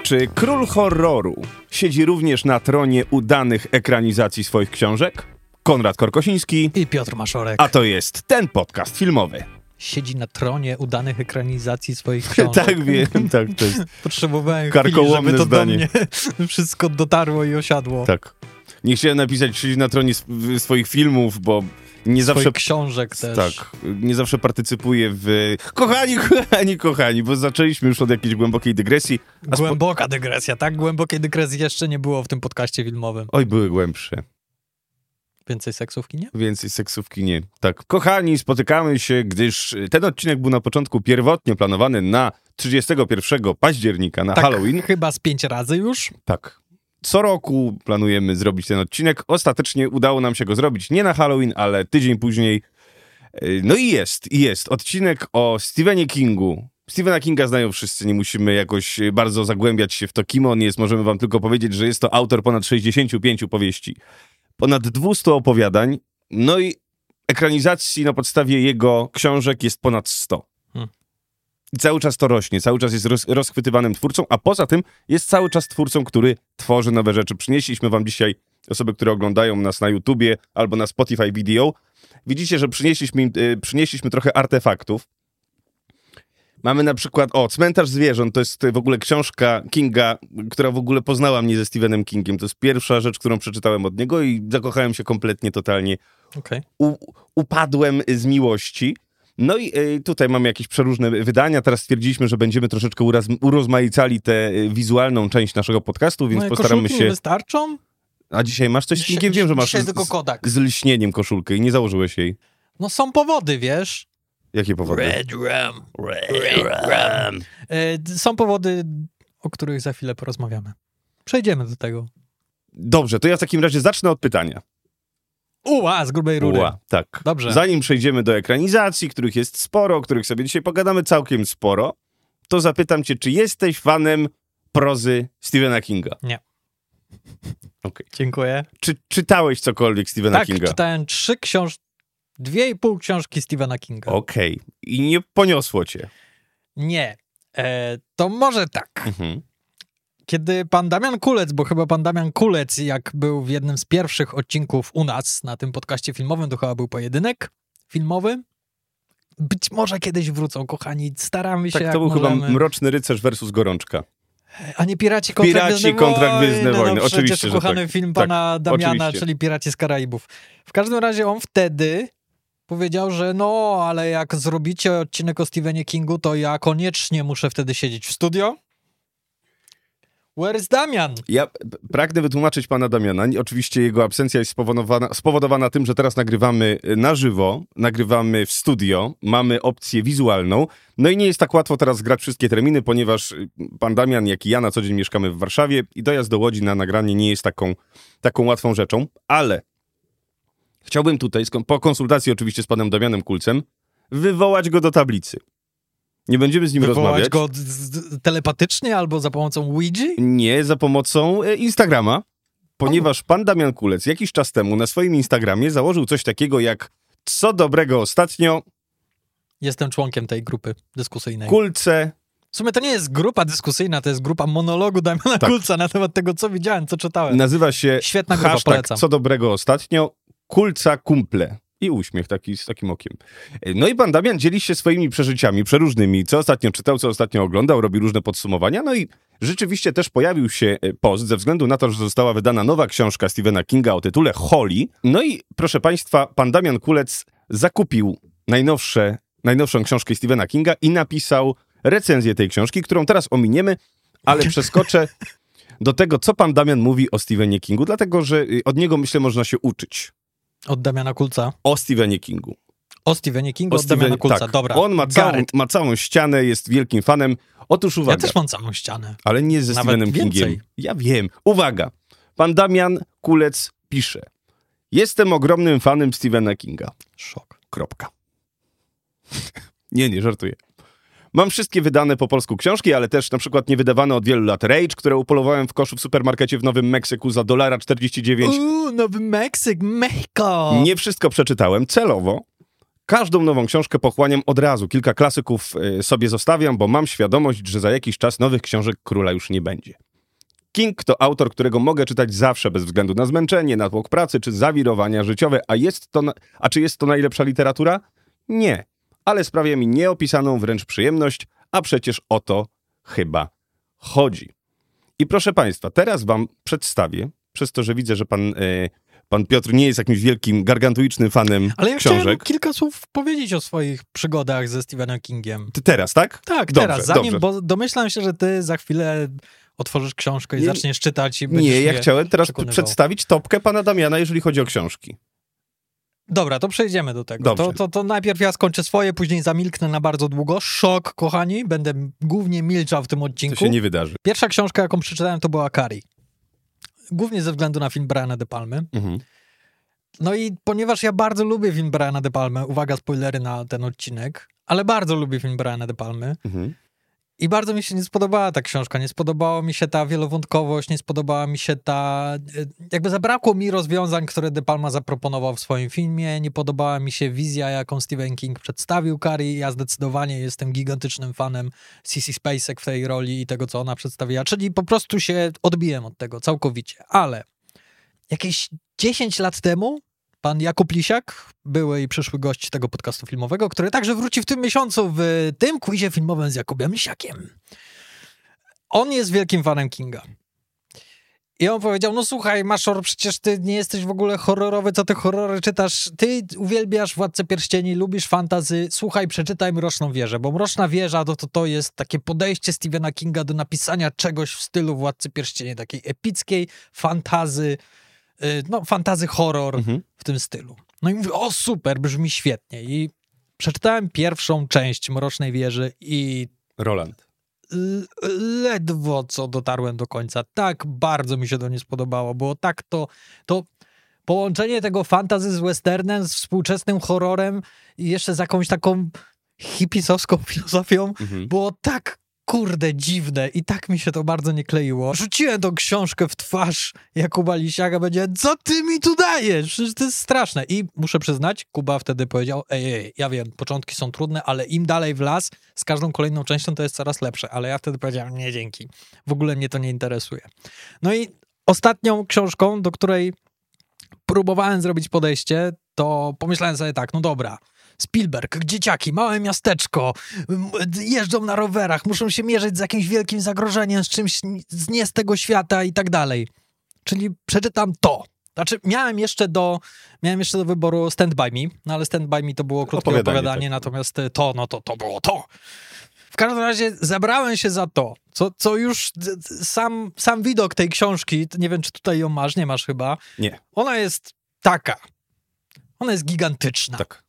Czy król horroru siedzi również na tronie udanych ekranizacji swoich książek? Konrad Korkosiński i Piotr Maszorek. A to jest ten podcast filmowy. Siedzi na tronie udanych ekranizacji swoich książek. Tak, wiem, tak, to jest potrzebowałem chwili, żeby to do mnie wszystko dotarło i osiadło. Tak. Nie chciałem napisać siedzi na tronie swoich filmów, bo nie zawsze... książek też. Tak, nie zawsze partycypuję w... Kochani, bo zaczęliśmy już od jakiejś głębokiej dygresji. Głęboka dygresja, tak? Głębokiej dygresji jeszcze nie było w tym podcaście filmowym. Oj, były głębsze. Więcej seksówki nie? Więcej seksówki nie. Tak, kochani, spotykamy się, gdyż ten odcinek był na początku pierwotnie planowany na 31 października, na Halloween. Chyba z 5 razy już. Tak. Co roku planujemy zrobić ten odcinek. Ostatecznie udało nam się go zrobić nie na Halloween, ale tydzień później. No i jest. Odcinek o Stephenie Kingu. Stephena Kinga znają wszyscy, nie musimy jakoś bardzo zagłębiać się w to, kim on jest. Możemy wam tylko powiedzieć, że jest to autor ponad 65 powieści. Ponad 200 opowiadań, no i ekranizacji na podstawie jego książek jest ponad 100. I cały czas to rośnie, cały czas jest rozchwytywanym twórcą, a poza tym jest cały czas twórcą, który tworzy nowe rzeczy. Przynieśliśmy wam dzisiaj, osoby, które oglądają nas na YouTubie albo na Spotify Video, widzicie, że przynieśliśmy trochę artefaktów. Mamy na przykład, Cmentarz zwierząt, to jest w ogóle książka Kinga, która w ogóle poznała mnie ze Stephenem Kingiem. To jest pierwsza rzecz, którą przeczytałem od niego i zakochałem się kompletnie, totalnie. Okay. Upadłem z miłości. No i tutaj mamy jakieś przeróżne wydania. Teraz stwierdziliśmy, że będziemy troszeczkę urozmaicali tę wizualną część naszego podcastu, więc postaramy się... nie wystarczą? A dzisiaj masz coś z Kingiem? Wiem, że masz tylko Kodak. Z lśnieniem koszulkę i nie założyłeś jej. No są powody, wiesz? Jakie powody? Red Rum. Są powody, o których za chwilę porozmawiamy. Przejdziemy do tego. Dobrze, to ja w takim razie zacznę od pytania. Z grubej rury. Tak. Dobrze. Zanim przejdziemy do ekranizacji, których jest sporo, o których sobie dzisiaj pogadamy całkiem sporo, to zapytam cię, czy jesteś fanem prozy Stephena Kinga? Nie. Okay. Dziękuję. Czy czytałeś cokolwiek Stephena Kinga? Tak, czytałem 2,5 książki Stephena Kinga. Okej. I nie poniosło cię? Nie. To może tak. Kiedy pan Damian Kulec, bo chyba pan Damian Kulec, jak był w jednym z pierwszych odcinków u nas na tym podcaście filmowym, to chyba był pojedynek filmowy. Być może kiedyś wrócą, kochani. Staramy się tak, jak to był możemy. chyba Mroczny Rycerz versus Gorączka. A nie Piraci kontra Gwiezdne Wojny. No, Oczywiście, przecież ukochany film pana Damiana, oczywiście. Czyli Piraci z Karaibów. W każdym razie on wtedy powiedział, że ale jak zrobicie odcinek o Stephenie Kingu, to ja koniecznie muszę wtedy siedzieć w studio. Where is Damian? Ja pragnę wytłumaczyć pana Damiana. Oczywiście jego absencja jest spowodowana tym, że teraz nagrywamy na żywo, nagrywamy w studio, mamy opcję wizualną, no i nie jest tak łatwo teraz grać wszystkie terminy, ponieważ pan Damian, jak i ja na co dzień mieszkamy w Warszawie i dojazd do Łodzi na nagranie nie jest taką łatwą rzeczą, ale chciałbym tutaj, po konsultacji oczywiście z panem Damianem Kulcem, wywołać go do tablicy. Nie będziemy z nim rozmawiać. Wywołać go telepatycznie albo za pomocą Ouija? Nie, za pomocą Instagrama, ponieważ pan Damian Kulec jakiś czas temu na swoim Instagramie założył coś takiego jak co dobrego ostatnio... Jestem członkiem tej grupy dyskusyjnej. Kulce. W sumie to nie jest grupa dyskusyjna, to jest grupa monologu Damiana Kulca na temat tego, co widziałem, co czytałem. Nazywa się Świetna grupa, polecam. co dobrego ostatnio, Kulca kumple. I uśmiech z takim okiem. No i pan Damian dzieli się swoimi przeżyciami przeróżnymi, co ostatnio czytał, co ostatnio oglądał, robi różne podsumowania, no i rzeczywiście też pojawił się post ze względu na to, że została wydana nowa książka Stephena Kinga o tytule Holly. No i proszę państwa, pan Damian Kulec zakupił najnowszą książkę Stephena Kinga i napisał recenzję tej książki, którą teraz ominiemy, ale przeskoczę do tego, co pan Damian mówi o Stephenie Kingu, dlatego że od niego, myślę, można się uczyć. Od Damiana Kulca? O Stephenie Kingu. O Stephenie Kingu od Damiana Kulca, tak. Dobra. On ma całą ścianę, jest wielkim fanem. Otóż uwaga. Ja też mam całą ścianę. Ale nie ze Stephenem Kingiem. Ja wiem. Uwaga. Pan Damian Kulec pisze. Jestem ogromnym fanem Stephena Kinga. Szok. Kropka. Nie, żartuję. Mam wszystkie wydane po polsku książki, ale też na przykład niewydawane od wielu lat Rage, które upolowałem w koszu w supermarkecie w Nowym Meksyku za $1,49. Nowy Meksyk, Mexico! Nie wszystko przeczytałem celowo. Każdą nową książkę pochłaniam od razu. Kilka klasyków sobie zostawiam, bo mam świadomość, że za jakiś czas nowych książek króla już nie będzie. King to autor, którego mogę czytać zawsze, bez względu na zmęczenie, natłok pracy czy zawirowania życiowe. A czy jest to najlepsza literatura? Nie. Ale sprawia mi nieopisaną wręcz przyjemność, a przecież o to chyba chodzi. I proszę Państwa, teraz wam przedstawię, przez to, że widzę, że pan Piotr nie jest jakimś wielkim, gargantuicznym fanem ale ja książek. chciałem kilka słów powiedzieć o swoich przygodach ze Stephenem Kingiem. Ty teraz, tak? Tak, dobrze, teraz. Zanim, dobrze. bo domyślam się, że ty za chwilę otworzysz książkę i zaczniesz czytać i będziesz Nie, ja chciałem teraz przekonywał. przedstawić topkę pana Damiana, jeżeli chodzi o książki. Dobra, to przejdziemy do tego. To najpierw ja skończę swoje, później zamilknę na bardzo długo. Szok, kochani, będę głównie milczał w tym odcinku. To się nie wydarzy. Pierwsza książka, jaką przeczytałem, to była Carrie. Głównie ze względu na film Briana De Palmy. Mhm. No i ponieważ ja bardzo lubię film Briana De Palmy, uwaga, spoilery na ten odcinek, ale bardzo lubię film Briana De Palmy, i bardzo mi się nie spodobała ta książka, nie spodobała mi się ta wielowątkowość, nie spodobała mi się ta... Jakby zabrakło mi rozwiązań, które De Palma zaproponował w swoim filmie, nie podobała mi się wizja, jaką Stephen King przedstawił Carrie. Ja zdecydowanie jestem gigantycznym fanem Sissy Spacek w tej roli i tego, co ona przedstawiła, czyli po prostu się odbiłem od tego całkowicie. Ale jakieś 10 lat temu pan Jakub Lisiak, były i przyszły gość tego podcastu filmowego, który także wróci w tym miesiącu w tym quizie filmowym z Jakubem Lisiakiem. On jest wielkim fanem Kinga. I on powiedział, no słuchaj, Maszor, przecież ty nie jesteś w ogóle horrorowy, co ty horrory czytasz? Ty uwielbiasz Władcę Pierścieni, lubisz fantasy, słuchaj, przeczytaj Mroczną Wieżę, bo Mroczna Wieża to jest takie podejście Stephena Kinga do napisania czegoś w stylu Władcy Pierścieni, takiej epickiej fantasy, fantasy horror w tym stylu. No i mówię, o super, brzmi świetnie. I przeczytałem pierwszą część Mrocznej Wieży i Roland. Ledwo co dotarłem do końca. Tak bardzo mi się to nie spodobało. Było tak to połączenie tego fantasy z westernem, z współczesnym horrorem i jeszcze z jakąś taką hipisowską filozofią było tak kurde dziwne i tak mi się to bardzo nie kleiło. Rzuciłem tą książkę w twarz Jakuba Lisiaka, będzie, co ty mi tu dajesz? Przecież to jest straszne. I muszę przyznać, Kuba wtedy powiedział, ej, ja wiem, początki są trudne, ale im dalej w las, z każdą kolejną częścią to jest coraz lepsze. Ale ja wtedy powiedziałem, nie, dzięki. W ogóle mnie to nie interesuje. No i ostatnią książką, do której próbowałem zrobić podejście, to pomyślałem sobie tak, no dobra, Spielberg, dzieciaki, małe miasteczko, jeżdżą na rowerach, muszą się mierzyć z jakimś wielkim zagrożeniem, z czymś nie z tego świata i tak dalej. Czyli przeczytam to. Znaczy, miałem jeszcze do wyboru Stand By Me, no ale Stand By Me to było krótkie opowiadanie, tak. Natomiast to było to. W każdym razie zabrałem się za to, co już sam widok tej książki, nie wiem, czy tutaj ją masz, nie masz chyba. Nie. Ona jest taka. Ona jest gigantyczna. Tak.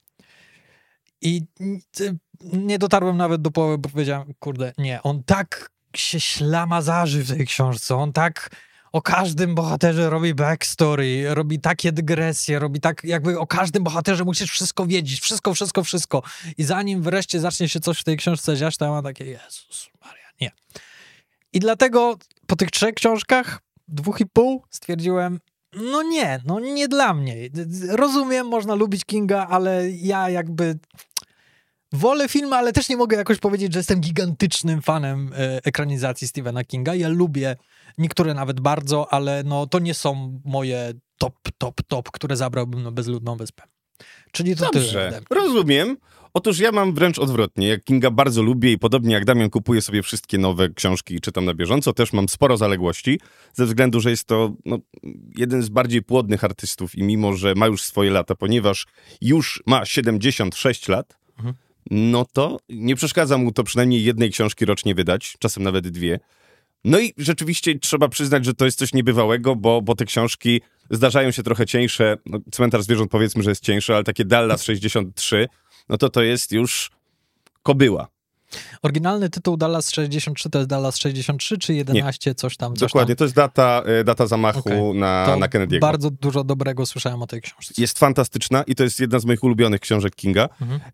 I nie dotarłem nawet do połowy, bo powiedziałem, kurde, nie, on tak się ślamazarzy w tej książce, on tak o każdym bohaterze robi backstory, robi takie dygresje, robi tak, jakby o każdym bohaterze musisz wszystko wiedzieć, wszystko. I zanim wreszcie zacznie się coś w tej książce dziać, to ja mam takie, Jezus Maria, nie. I dlatego po tych 3 książkach, 2,5, stwierdziłem, no nie dla mnie. Rozumiem, można lubić Kinga, ale ja jakby wolę filmy, ale też nie mogę jakoś powiedzieć, że jestem gigantycznym fanem ekranizacji Stephena Kinga. Ja lubię niektóre nawet bardzo, ale no to nie są moje top, które zabrałbym na Bezludną Wyspę. Czyli to Dobrze, rozumiem. Otóż ja mam wręcz odwrotnie. Ja Kinga bardzo lubię i podobnie jak Damian kupuję sobie wszystkie nowe książki i czytam na bieżąco. Też mam sporo zaległości, ze względu, że jest to jeden z bardziej płodnych artystów i mimo, że ma już swoje lata, ponieważ już ma 76 lat, no to nie przeszkadza mu to przynajmniej jednej książki rocznie wydać, czasem nawet 2. No i rzeczywiście trzeba przyznać, że to jest coś niebywałego, bo te książki zdarzają się trochę cieńsze. No, Cmentarz Zwierząt powiedzmy, że jest cieńszy, ale takie Dallas 63, no to jest już kobyła. Oryginalny tytuł Dallas 63 to jest Dallas 63 czy 11 nie. Coś tam? Dokładnie, to jest data zamachu na Kennedy'ego. Bardzo dużo dobrego słyszałem o tej książce. Jest fantastyczna i to jest jedna z moich ulubionych książek Kinga.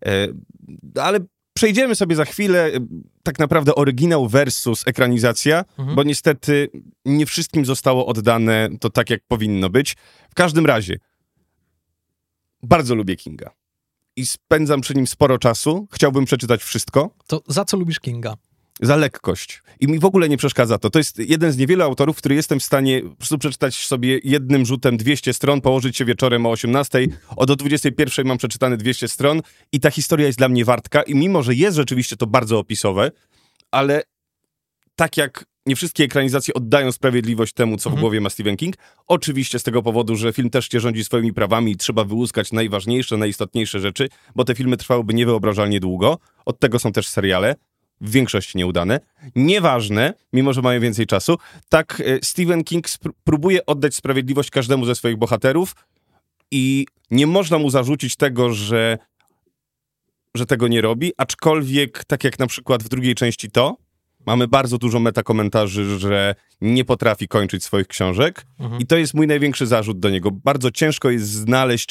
Ale przejdziemy sobie za chwilę tak naprawdę oryginał versus ekranizacja, bo niestety nie wszystkim zostało oddane to tak, jak powinno być. W każdym razie bardzo lubię Kinga. i spędzam przy nim sporo czasu. Chciałbym przeczytać wszystko. To za co lubisz Kinga? Za lekkość. I mi w ogóle nie przeszkadza to. To jest jeden z niewielu autorów, który jestem w stanie po prostu przeczytać sobie jednym rzutem 200 stron, położyć się wieczorem o 18, do 21 mam przeczytane 200 stron i ta historia jest dla mnie wartka i mimo, że jest rzeczywiście to bardzo opisowe, ale tak jak nie wszystkie ekranizacje oddają sprawiedliwość temu, co w głowie ma Stephen King, oczywiście z tego powodu, że film też się rządzi swoimi prawami i trzeba wyłuskać najważniejsze, najistotniejsze rzeczy, bo te filmy trwałyby niewyobrażalnie długo. Od tego są też seriale. W większości nieudane. Nieważne, mimo że mają więcej czasu, tak Stephen King próbuje oddać sprawiedliwość każdemu ze swoich bohaterów i nie można mu zarzucić tego, że tego nie robi, aczkolwiek tak jak na przykład w drugiej części mamy bardzo dużo metakomentarzy, że nie potrafi kończyć swoich książek i to jest mój największy zarzut do niego. Bardzo ciężko jest znaleźć,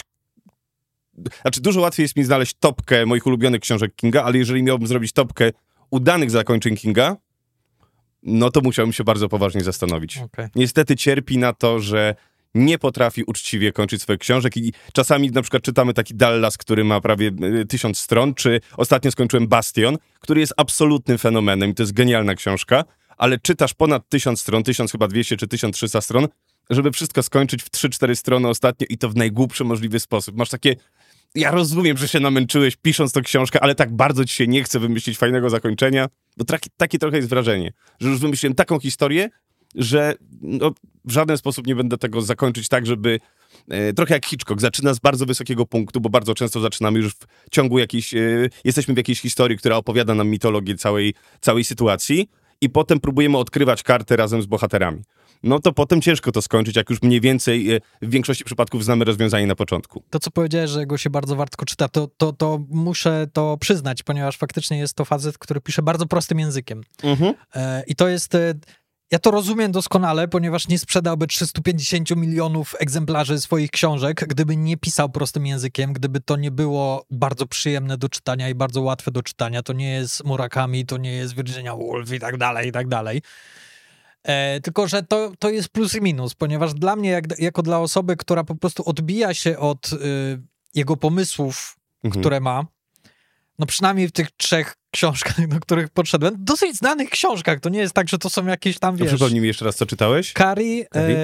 dużo łatwiej jest mi znaleźć topkę moich ulubionych książek Kinga, ale jeżeli miałbym zrobić topkę udanych zakończeń Kinga, no to musiałbym się bardzo poważnie zastanowić. Okay. Niestety cierpi na to, że nie potrafi uczciwie kończyć swoich książek i czasami na przykład czytamy taki Dallas, który ma prawie 1000 stron, czy ostatnio skończyłem Bastion, który jest absolutnym fenomenem i to jest genialna książka, ale czytasz ponad 1000 stron, 1200 czy 1300 stron, żeby wszystko skończyć w 3-4 strony ostatnio i to w najgłupszy możliwy sposób. Masz takie... Ja rozumiem, że się namęczyłeś pisząc tą książkę, ale tak bardzo ci się nie chce wymyślić fajnego zakończenia, bo takie trochę jest wrażenie, że już wymyśliłem taką historię, że w żaden sposób nie będę tego zakończyć tak, żeby... trochę jak Hitchcock, zaczyna z bardzo wysokiego punktu, bo bardzo często zaczynamy już w ciągu jakiejś... jesteśmy w jakiejś historii, która opowiada nam mitologię całej sytuacji i potem próbujemy odkrywać kartę razem z bohaterami. No to potem ciężko to skończyć, jak już mniej więcej w większości przypadków znamy rozwiązanie na początku. To, co powiedziałeś, że go się bardzo wartko czyta, to muszę to przyznać, ponieważ faktycznie jest to facet, który pisze bardzo prostym językiem. I to jest... Ja to rozumiem doskonale, ponieważ nie sprzedałby 350 milionów egzemplarzy swoich książek, gdyby nie pisał prostym językiem, gdyby to nie było bardzo przyjemne do czytania i bardzo łatwe do czytania. To nie jest Murakami, to nie jest Virginia Woolf i tak dalej, i tak dalej. Tylko, że to jest plus i minus, ponieważ dla mnie, jako dla osoby, która po prostu odbija się od jego pomysłów, które ma, no przynajmniej w tych 3 książkach, do których podszedłem, dosyć znanych książkach, to nie jest tak, że to są jakieś tam, wiesz... Przypomnij mi jeszcze raz, co czytałeś? Carrie?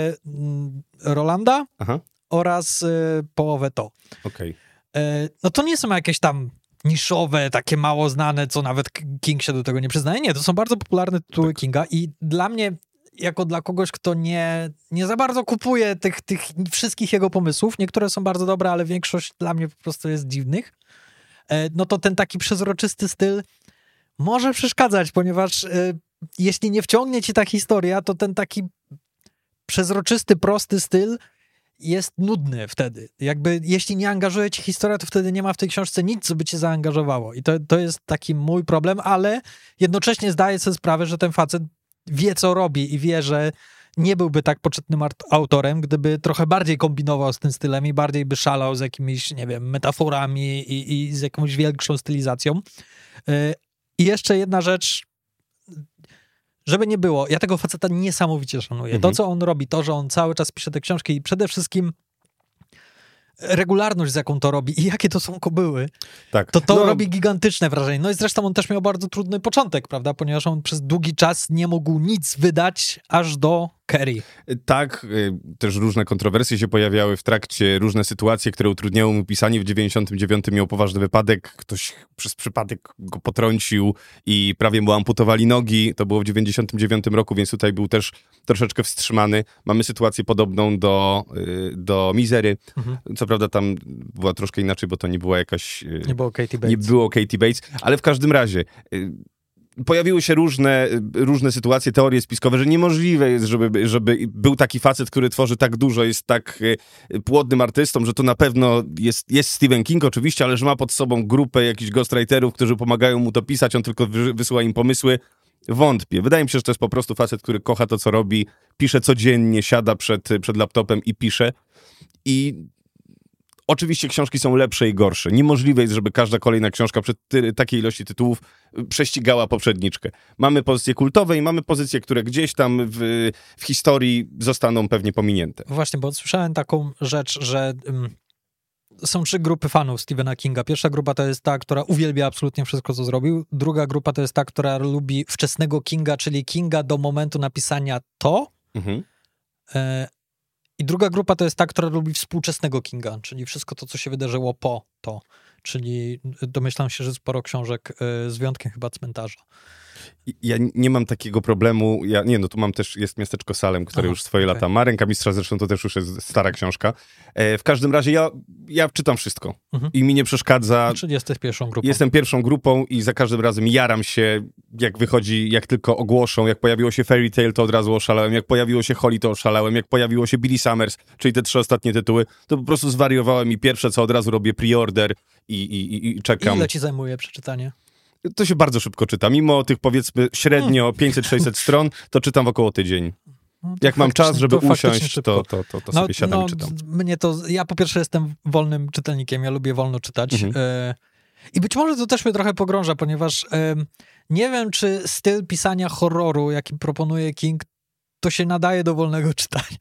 Rolanda oraz połowę to. Okej. No to nie są jakieś tam niszowe, takie mało znane, co nawet King się do tego nie przyznaje. Nie, to są bardzo popularne tytuły Kinga i dla mnie, jako dla kogoś, kto nie za bardzo kupuje tych wszystkich jego pomysłów, niektóre są bardzo dobre, ale większość dla mnie po prostu jest dziwnych, no to ten taki przezroczysty styl może przeszkadzać, ponieważ jeśli nie wciągnie ci ta historia, to ten taki przezroczysty, prosty styl jest nudny wtedy. Jakby jeśli nie angażuje cię historia, to wtedy nie ma w tej książce nic, co by cię zaangażowało. I to jest taki mój problem, ale jednocześnie zdaję sobie sprawę, że ten facet wie, co robi i wie, że nie byłby tak poczytnym autorem, gdyby trochę bardziej kombinował z tym stylem i bardziej by szalał z jakimiś, nie wiem, metaforami i z jakąś większą stylizacją. I jeszcze jedna rzecz, żeby nie było, ja tego faceta niesamowicie szanuję. To, co on robi, to, że on cały czas pisze te książki i przede wszystkim regularność, z jaką to robi i jakie to są kobyły, tak. to robi gigantyczne wrażenie. No i zresztą on też miał bardzo trudny początek, prawda? Ponieważ on przez długi czas nie mógł nic wydać aż do Carrie. Tak, też różne kontrowersje się pojawiały w trakcie, różne sytuacje, które utrudniały mu pisanie. W 99 miał poważny wypadek, ktoś przez przypadek go potrącił i prawie mu amputowali nogi. To było w 99 roku, więc tutaj był też troszeczkę wstrzymany. Mamy sytuację podobną do Misery. Co prawda tam była troszkę inaczej, bo to nie była jakaś... Nie było Katie Bates. Nie było Katie Bates, ale w każdym razie... Pojawiły się różne sytuacje, teorie spiskowe, że niemożliwe jest, żeby był taki facet, który tworzy tak dużo, jest tak płodnym artystą, że to na pewno jest Stephen King oczywiście, ale że ma pod sobą grupę jakichś ghostwriterów, którzy pomagają mu to pisać, on tylko wysyła im pomysły. Wątpię. Wydaje mi się, że to jest po prostu facet, który kocha to, co robi, pisze codziennie, siada przed laptopem i pisze. I oczywiście książki są lepsze i gorsze. Niemożliwe jest, żeby każda kolejna książka przed takiej ilości tytułów prześcigała poprzedniczkę. Mamy pozycje kultowe i mamy pozycje, które gdzieś tam w historii zostaną pewnie pominięte. Właśnie, bo słyszałem taką rzecz, że Są 3 grupy fanów Stephena Kinga. Pierwsza grupa to jest ta, która uwielbia absolutnie wszystko, co zrobił. Druga grupa to jest ta, która lubi wczesnego Kinga, czyli Kinga do momentu napisania to. I druga grupa to jest ta, która lubi współczesnego Kinga, czyli wszystko to, co się wydarzyło po to. Czyli domyślam się, że sporo książek, z wyjątkiem chyba Cmentarza. Ja nie mam takiego problemu, tu mam też, jest Miasteczko Salem, które już swoje lata ma, Ręka Mistrza zresztą to też już jest stara książka. W każdym razie ja czytam wszystko i mi nie przeszkadza. Czyli jesteś pierwszą grupą. Jestem pierwszą grupą i za każdym razem jaram się, jak wychodzi, jak tylko ogłoszą, jak pojawiło się Fairy Tail, to od razu oszalałem, jak pojawiło się Holly, to oszalałem, jak pojawiło się Billy Summers, czyli te 3 ostatnie tytuły, to po prostu zwariowałem i pierwsze, co od razu robię, pre-order i czekam. Ile ci zajmuje przeczytanie? To się bardzo szybko czyta. Mimo tych, powiedzmy, średnio 500-600 stron, to czytam w około tydzień. Jak mam czas, żeby usiąść, to sobie siadam i czytam. Ja po pierwsze jestem wolnym czytelnikiem, ja lubię wolno czytać. I być może to też mnie trochę pogrąża, ponieważ nie wiem, czy styl pisania horroru, jaki proponuje King, to się nadaje do wolnego czytania.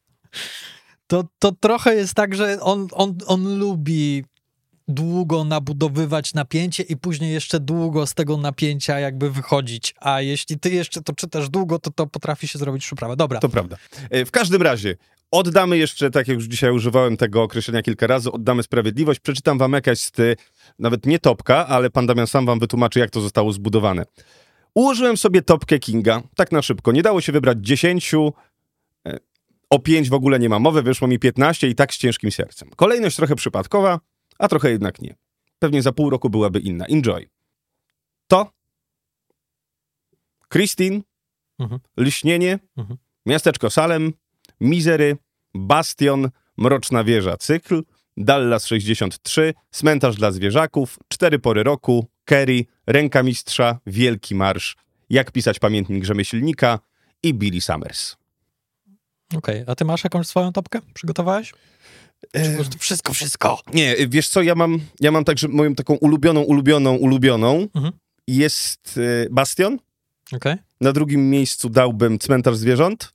To trochę jest tak, że on lubi długo nabudowywać napięcie i później jeszcze długo z tego napięcia jakby wychodzić. A jeśli ty jeszcze to czytasz długo, to potrafi się zrobić przyprawa. Dobra. To prawda. W każdym razie oddamy jeszcze, tak jak już dzisiaj używałem tego określenia kilka razy, oddamy sprawiedliwość. Przeczytam wam jakaś nawet nie topka, ale pan Damian sam wam wytłumaczy, jak to zostało zbudowane. Ułożyłem sobie topkę Kinga, tak na szybko. Nie dało się wybrać 10, o 5 w ogóle nie ma mowy, wyszło mi 15 i tak z ciężkim sercem. Kolejność trochę przypadkowa, a trochę jednak nie. Pewnie za pół roku byłaby inna. Enjoy. To Christine, Lśnienie, Miasteczko Salem, Misery, Bastion, Mroczna Wieża Cykl, Dallas 63, Cmentarz dla zwierzaków, 4 pory roku, Kerry, Ręka Mistrza, Wielki Marsz, Jak pisać pamiętnik rzemieślnika i Billy Summers. Okej, a ty masz jakąś swoją topkę? Przygotowałeś? Wszystko. Nie, wiesz co, ja mam także moją taką ulubioną jest Bastion. Okay. Na drugim miejscu dałbym Cmentarz Zwierząt.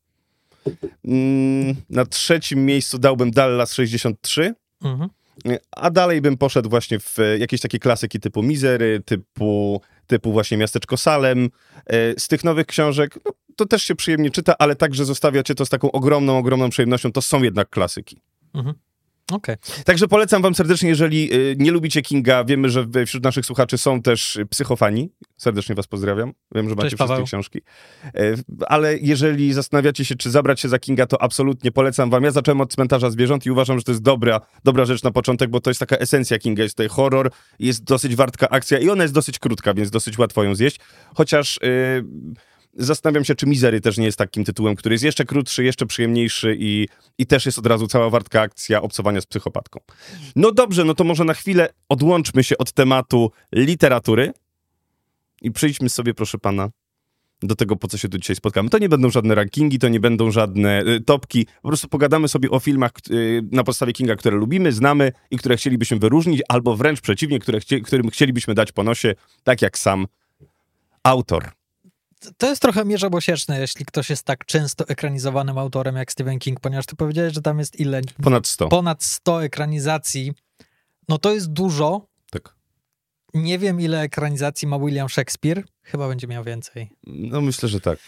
Na trzecim miejscu dałbym Dallas 63. A dalej bym poszedł właśnie w jakieś takie klasyki typu Misery, typu właśnie Miasteczko Salem. Z tych nowych książek, no, to też się przyjemnie czyta, ale także zostawia cię to z taką ogromną przyjemnością. To są jednak klasyki. Okay. Także polecam wam serdecznie, jeżeli nie lubicie Kinga, wiemy, że wśród naszych słuchaczy są też psychofani. Serdecznie was pozdrawiam. Wiem, że macie wszystkie książki. Ale jeżeli zastanawiacie się, czy zabrać się za Kinga, to absolutnie polecam wam. Ja zacząłem od Cmentarza Zwierząt i uważam, że to jest dobra rzecz na początek, bo to jest taka esencja Kinga. Jest tutaj horror, jest dosyć wartka akcja i ona jest dosyć krótka, więc dosyć łatwo ją zjeść. Chociaż zastanawiam się, czy Misery też nie jest takim tytułem, który jest jeszcze krótszy, jeszcze przyjemniejszy i też jest od razu cała wartka akcja obcowania z psychopatką. No dobrze, no to może na chwilę odłączmy się od tematu literatury i przejdźmy sobie, proszę pana, do tego, po co się tu dzisiaj spotkamy. To nie będą żadne rankingi, to nie będą żadne topki, po prostu pogadamy sobie o filmach na podstawie Kinga, które lubimy, znamy i które chcielibyśmy wyróżnić, albo wręcz przeciwnie, którym chcielibyśmy dać po nosie, tak jak sam autor. To jest trochę mierzobosieczne, jeśli ktoś jest tak często ekranizowanym autorem jak Stephen King, ponieważ ty powiedziałeś, że tam jest ile? Ponad 100. Ponad 100 ekranizacji. No to jest dużo. Tak. Nie wiem, ile ekranizacji ma William Shakespeare. Chyba będzie miał więcej. No myślę, że tak.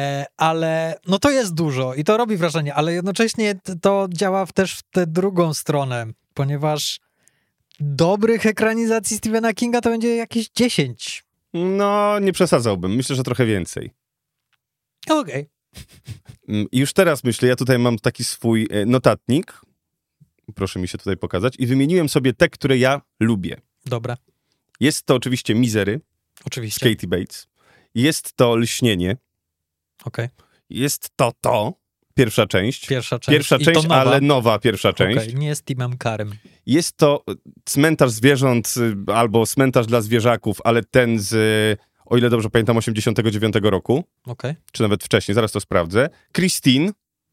Ale no to jest dużo i to robi wrażenie, ale jednocześnie to działa też w tę drugą stronę, ponieważ dobrych ekranizacji Stephena Kinga to będzie jakieś 10. No, nie przesadzałbym. Myślę, że trochę więcej. Okej. Już teraz myślę, ja tutaj mam taki swój notatnik. Proszę mi się tutaj pokazać. I wymieniłem sobie te, które ja lubię. Dobra. Jest to oczywiście Misery. Oczywiście. Z Katie Bates. Jest to Lśnienie. Okej. Jest to. Pierwsza część. Pierwsza część, ale nowa pierwsza część. Okay. Nie z Timem Carrem. Jest to Cmentarz Zwierząt albo Cmentarz dla zwierzaków, ale ten z, o ile dobrze pamiętam, 89 roku. Okay. Czy nawet wcześniej, zaraz to sprawdzę. Christine,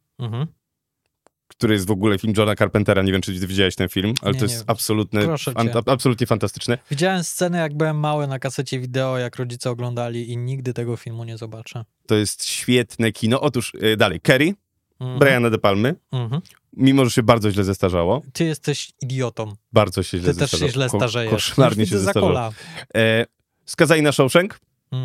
który jest w ogóle film Johna Carpentera. Nie wiem, czy widziałeś ten film, ale to jest absolutnie fantastyczne. Widziałem scenę, jak byłem mały na kasecie wideo, jak rodzice oglądali i nigdy tego filmu nie zobaczę. To jest świetne kino. Otóż dalej, Kerry, Briana De Palmy, mimo że się bardzo źle zestarzało. Ty jesteś idiotą. Bardzo się źle zestarzało. Ty też się źle starzejesz. Koszmarnie się zestarzało. Skazani na Shawshank.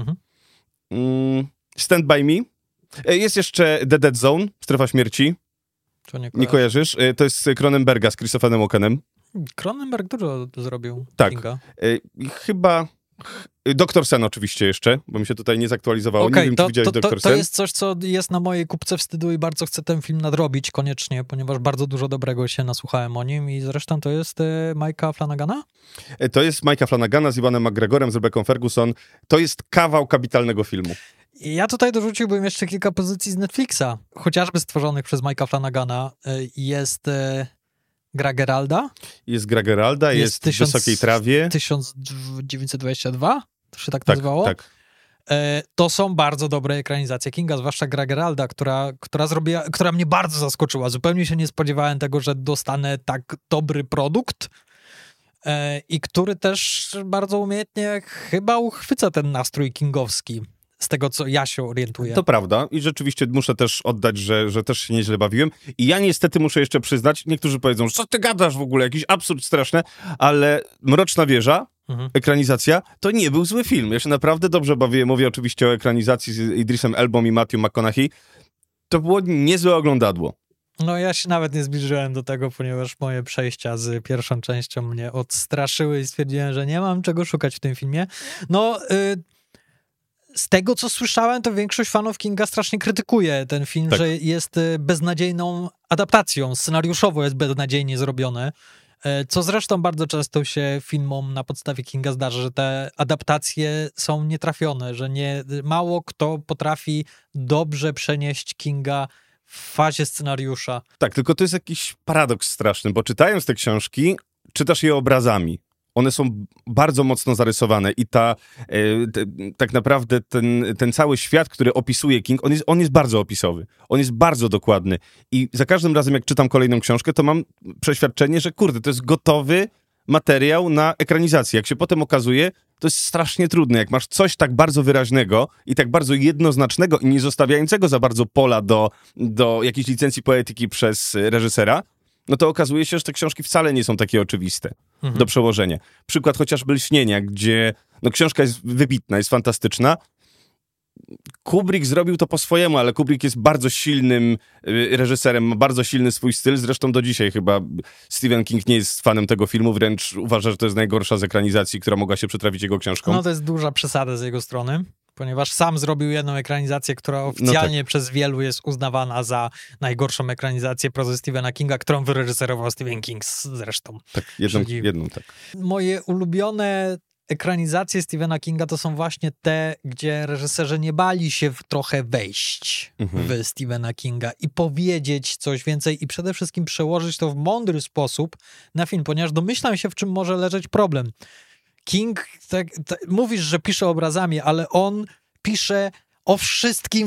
Stand By Me. Jest jeszcze The Dead Zone, Strefa Śmierci. To nie kojarzysz? To jest z Cronenberga, z Christopherem Walkenem. Cronenberg dużo zrobił. Tak. Kinga. Chyba... Dr. Sen oczywiście jeszcze, bo mi się tutaj nie zaktualizowało. Okay, nie wiem, czy widziałeś Dr. Sen. To jest coś, co jest na mojej kupce wstydu i bardzo chcę ten film nadrobić koniecznie, ponieważ bardzo dużo dobrego się nasłuchałem o nim i zresztą to jest Mike'a Flanagana? To jest Mike'a Flanagana z Iwanem McGregorem, z Rebecca Ferguson. To jest kawał kapitalnego filmu. Ja tutaj dorzuciłbym jeszcze kilka pozycji z Netflixa, chociażby stworzonych przez Mike'a Flanagana. Jest gra Geralda. Jest gra Geralda, jest w Wysokiej Trawie. 1922? To się tak nazywało? Tak. To są bardzo dobre ekranizacje Kinga, zwłaszcza gra Geralda, która mnie bardzo zaskoczyła. Zupełnie się nie spodziewałem tego, że dostanę tak dobry produkt i który też bardzo umiejętnie chyba uchwyca ten nastrój kingowski. Z tego, co ja się orientuję. To prawda i rzeczywiście muszę też oddać, że też się nieźle bawiłem. I ja niestety muszę jeszcze przyznać, niektórzy powiedzą, że co ty gadasz w ogóle, jakiś absurd straszny, ale Mroczna Wieża, ekranizacja, to nie był zły film. Ja się naprawdę dobrze bawiłem. Mówię oczywiście o ekranizacji z Idrisem Elbą i Matthew McConaughey. To było niezłe oglądadło. No ja się nawet nie zbliżyłem do tego, ponieważ moje przejścia z pierwszą częścią mnie odstraszyły i stwierdziłem, że nie mam czego szukać w tym filmie. Z tego, co słyszałem, to większość fanów Kinga strasznie krytykuje ten film, że jest beznadziejną adaptacją. Scenariuszowo jest beznadziejnie zrobione, co zresztą bardzo często się filmom na podstawie Kinga zdarza, że te adaptacje są nietrafione, że mało kto potrafi dobrze przenieść Kinga w fazie scenariusza. Tak, tylko to jest jakiś paradoks straszny, bo czytając te książki, czytasz je obrazami. One są bardzo mocno zarysowane i tak naprawdę ten cały świat, który opisuje King, on jest bardzo opisowy. On jest bardzo dokładny. I za każdym razem, jak czytam kolejną książkę, to mam przeświadczenie, że kurde, to jest gotowy materiał na ekranizację. Jak się potem okazuje, to jest strasznie trudne. Jak masz coś tak bardzo wyraźnego i tak bardzo jednoznacznego i nie zostawiającego za bardzo pola do jakiejś licencji poetyki przez reżysera, no to okazuje się, że te książki wcale nie są takie oczywiste do przełożenia. Przykład chociażby Lśnienia, gdzie książka jest wybitna, jest fantastyczna. Kubrick zrobił to po swojemu, ale Kubrick jest bardzo silnym reżyserem, ma bardzo silny swój styl, zresztą do dzisiaj chyba Stephen King nie jest fanem tego filmu, wręcz uważa, że to jest najgorsza z ekranizacji, która mogła się przytrafić jego książką. No to jest duża przesada z jego strony, ponieważ sam zrobił jedną ekranizację, która oficjalnie przez wielu jest uznawana za najgorszą ekranizację prozy Stephena Kinga, którą wyreżyserował Stephen King zresztą. Tak, jedną tak. Moje ulubione ekranizacje Stephena Kinga to są właśnie te, gdzie reżyserzy nie bali się trochę wejść w Stephena Kinga i powiedzieć coś więcej i przede wszystkim przełożyć to w mądry sposób na film, ponieważ domyślam się, w czym może leżeć problem. King, mówisz, że pisze obrazami, ale on pisze o wszystkim.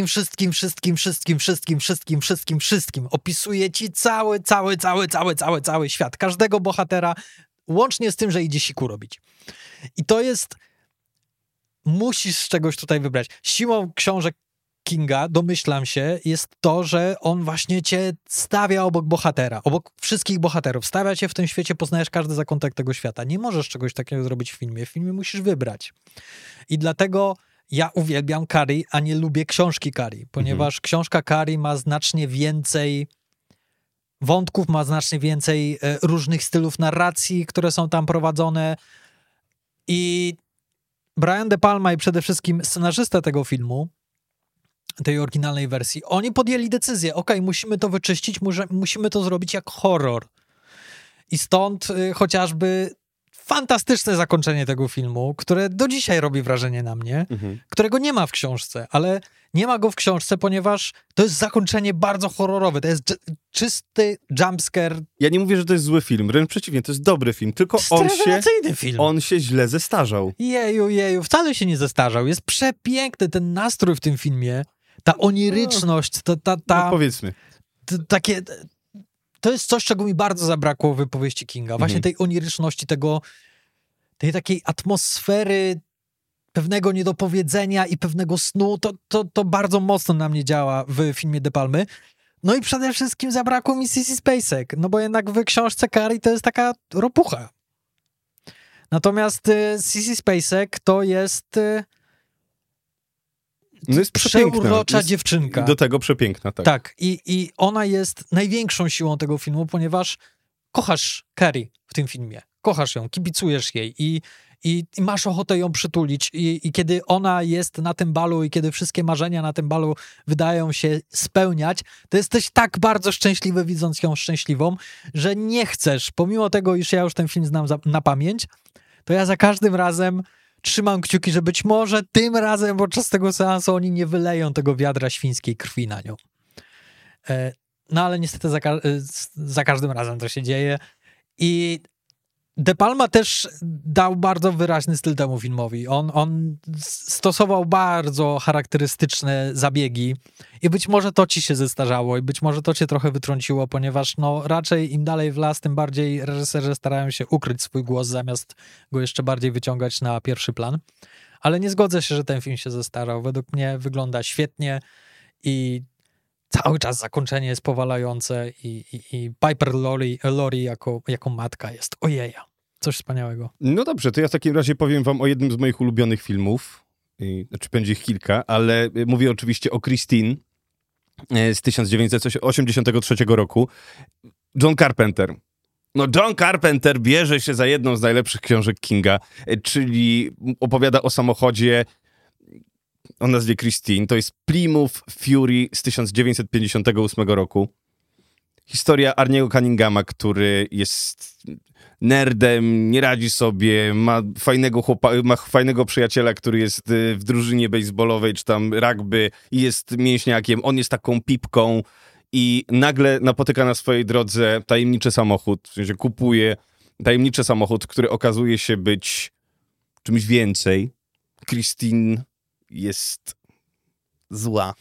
Opisuje ci cały świat, każdego bohatera, łącznie z tym, że idzie siku robić. I to jest... Musisz z czegoś tutaj wybrać. Siłą książek Kinga, domyślam się, jest to, że on właśnie cię stawia obok bohatera, obok wszystkich bohaterów. Stawia cię w tym świecie, poznajesz każdy zakątek tego świata. Nie możesz czegoś takiego zrobić w filmie. W filmie musisz wybrać. I dlatego ja uwielbiam Carrie, a nie lubię książki Carrie, ponieważ książka Carrie ma znacznie więcej wątków, ma znacznie więcej różnych stylów narracji, które są tam prowadzone. I Brian De Palma i przede wszystkim scenarzysta tego filmu, tej oryginalnej wersji, oni podjęli decyzję, musimy to wyczyścić, musimy to zrobić jak horror. I stąd chociażby fantastyczne zakończenie tego filmu, które do dzisiaj robi wrażenie na mnie, którego nie ma w książce, ale nie ma go w książce, ponieważ to jest zakończenie bardzo horrorowe. To jest czysty jumpscare. Ja nie mówię, że to jest zły film, wręcz przeciwnie, to jest dobry film, tylko on się źle zestarzał. Jeju, wcale się nie zestarzał. Jest przepiękny ten nastrój w tym filmie, ta oniryczność, powiedzmy. Takie... To jest coś, czego mi bardzo zabrakło w powieści Kinga. Właśnie tej oniryczności, tej takiej atmosfery pewnego niedopowiedzenia i pewnego snu. To bardzo mocno na mnie działa w filmie De Palmy. No i przede wszystkim zabrakło mi Sissy Spacek, no bo jednak w książce Carrie to jest taka ropucha. Natomiast Sissy Spacek to jest... No jest przeurocza dziewczynka. Do tego przepiękna, tak. Tak, i ona jest największą siłą tego filmu, ponieważ kochasz Carrie w tym filmie. Kochasz ją, kibicujesz jej i masz ochotę ją przytulić. I kiedy ona jest na tym balu i kiedy wszystkie marzenia na tym balu wydają się spełniać, to jesteś tak bardzo szczęśliwy, widząc ją szczęśliwą, że nie chcesz, pomimo tego, iż ja już ten film znam na pamięć, to ja za każdym razem trzymam kciuki, że być może tym razem podczas tego seansu oni nie wyleją tego wiadra świńskiej krwi na nią. No ale niestety za każdym razem to się dzieje. I De Palma też dał bardzo wyraźny styl temu filmowi. On stosował bardzo charakterystyczne zabiegi i być może to ci się zestarzało i być może to cię trochę wytrąciło, ponieważ no raczej im dalej w las, tym bardziej reżyserzy starają się ukryć swój głos, zamiast go jeszcze bardziej wyciągać na pierwszy plan. Ale nie zgodzę się, że ten film się zestarzał. Według mnie wygląda świetnie i cały czas zakończenie jest powalające i Piper Laurie jako matka jest ojeja. Coś wspaniałego. No dobrze, to ja w takim razie powiem wam o jednym z moich ulubionych filmów. Znaczy będzie ich kilka, ale mówię oczywiście o Christine z 1983 roku. John Carpenter. No John Carpenter bierze się za jedną z najlepszych książek Kinga, czyli opowiada o samochodzie o nazwie Christine. To jest Plymouth Fury z 1958 roku. Historia Arniego Cunninghama, który jest nerdem, nie radzi sobie, ma fajnego przyjaciela, który jest w drużynie baseballowej, czy tam rugby i jest mięśniakiem. On jest taką pipką i nagle napotyka na swojej drodze tajemniczy samochód, w sensie kupuje tajemniczy samochód, który okazuje się być czymś więcej. Christine jest zła.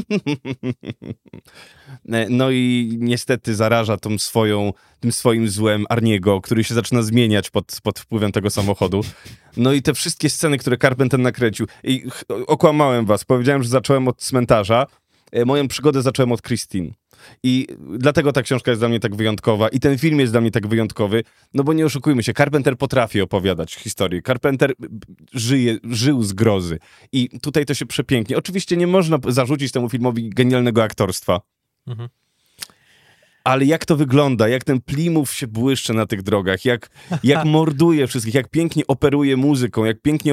No i niestety zaraża tym swoim złem Arniego, który się zaczyna zmieniać pod wpływem tego samochodu. No i te wszystkie sceny, które Carpenter nakręcił. I okłamałem was, powiedziałem, że zacząłem od cmentarza. Moją przygodę zacząłem od Christine. I dlatego ta książka jest dla mnie tak wyjątkowa i ten film jest dla mnie tak wyjątkowy, no bo nie oszukujmy się, Carpenter potrafi opowiadać historię. Carpenter żył z grozy i tutaj to się przepięknie. Oczywiście nie można zarzucić temu filmowi genialnego aktorstwa. Mhm. Ale jak to wygląda, jak ten Plymouth się błyszczy na tych drogach, jak morduje wszystkich, jak pięknie operuje muzyką, jak pięknie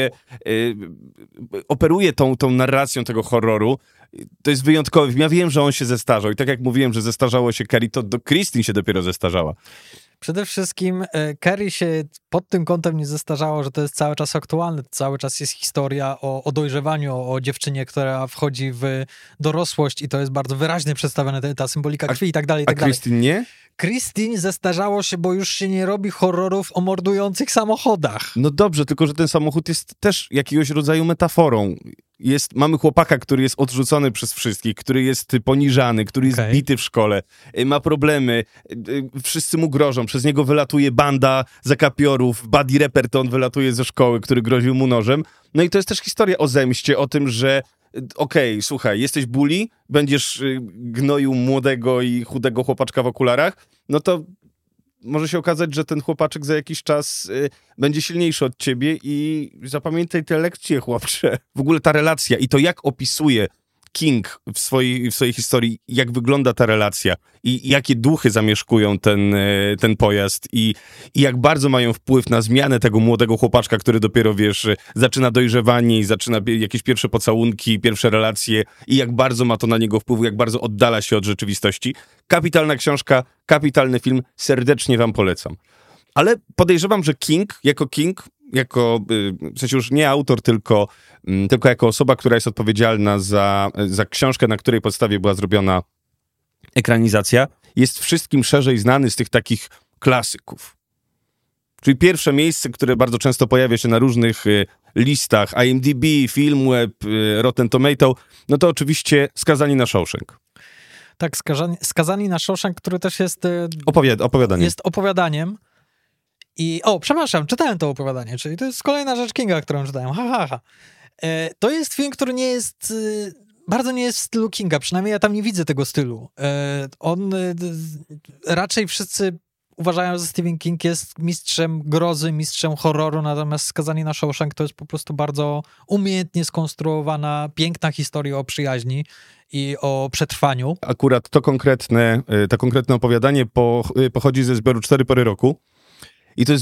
operuje tą narracją tego horroru. To jest wyjątkowy. Ja wiem, że on się zestarzał i tak jak mówiłem, że zestarzało się Carrie, to do Christine się dopiero zestarzała. Przede wszystkim Carrie się pod tym kątem nie zestarzało, że to jest cały czas aktualne. To cały czas jest historia o dojrzewaniu, o dziewczynie, która wchodzi w dorosłość i to jest bardzo wyraźnie przedstawione, ta symbolika krwi i tak dalej. A Christine nie? Christine zestarzało się, bo już się nie robi horrorów o mordujących samochodach. No dobrze, tylko że ten samochód jest też jakiegoś rodzaju metaforą. Mamy chłopaka, który jest odrzucony przez wszystkich, który jest poniżany, który jest bity w szkole, ma problemy, wszyscy mu grożą, przez niego wylatuje banda zakapiorów, Buddy Repperton wylatuje ze szkoły, który groził mu nożem. No i to jest też historia o zemście, o tym, że okej, słuchaj, jesteś bully, będziesz gnoił młodego i chudego chłopaczka w okularach, no to może się okazać, że ten chłopaczek za jakiś czas będzie silniejszy od ciebie i zapamiętaj te lekcje, chłopcze. W ogóle ta relacja i to, jak opisuje King w swojej historii, jak wygląda ta relacja i jakie duchy zamieszkują ten pojazd i jak bardzo mają wpływ na zmianę tego młodego chłopaczka, który dopiero, wiesz, zaczyna dojrzewanie i zaczyna jakieś pierwsze pocałunki, pierwsze relacje i jak bardzo ma to na niego wpływ, jak bardzo oddala się od rzeczywistości. Kapitalna książka, kapitalny film, serdecznie wam polecam. Ale podejrzewam, że King, w sensie już nie autor, tylko jako osoba, która jest odpowiedzialna za książkę, na której podstawie była zrobiona ekranizacja, jest wszystkim szerzej znany z tych takich klasyków. Czyli pierwsze miejsce, które bardzo często pojawia się na różnych listach IMDb, Filmweb, Rotten Tomato, no to oczywiście Skazani na Shawshank. Tak, Skazani na Shawshank, który też jest... opowiadaniem. Jest opowiadaniem. Przepraszam, czytałem to opowiadanie, czyli to jest kolejna rzecz Kinga, którą czytałem. To jest film, który nie jest bardzo nie jest w stylu Kinga, przynajmniej ja tam nie widzę tego stylu. Raczej wszyscy uważają, że Stephen King jest mistrzem grozy, mistrzem horroru, natomiast Skazani na Shawshank to jest po prostu bardzo umiejętnie skonstruowana, piękna historia o przyjaźni i o przetrwaniu. Akurat to konkretne opowiadanie pochodzi ze zbioru 4 pory roku i to jest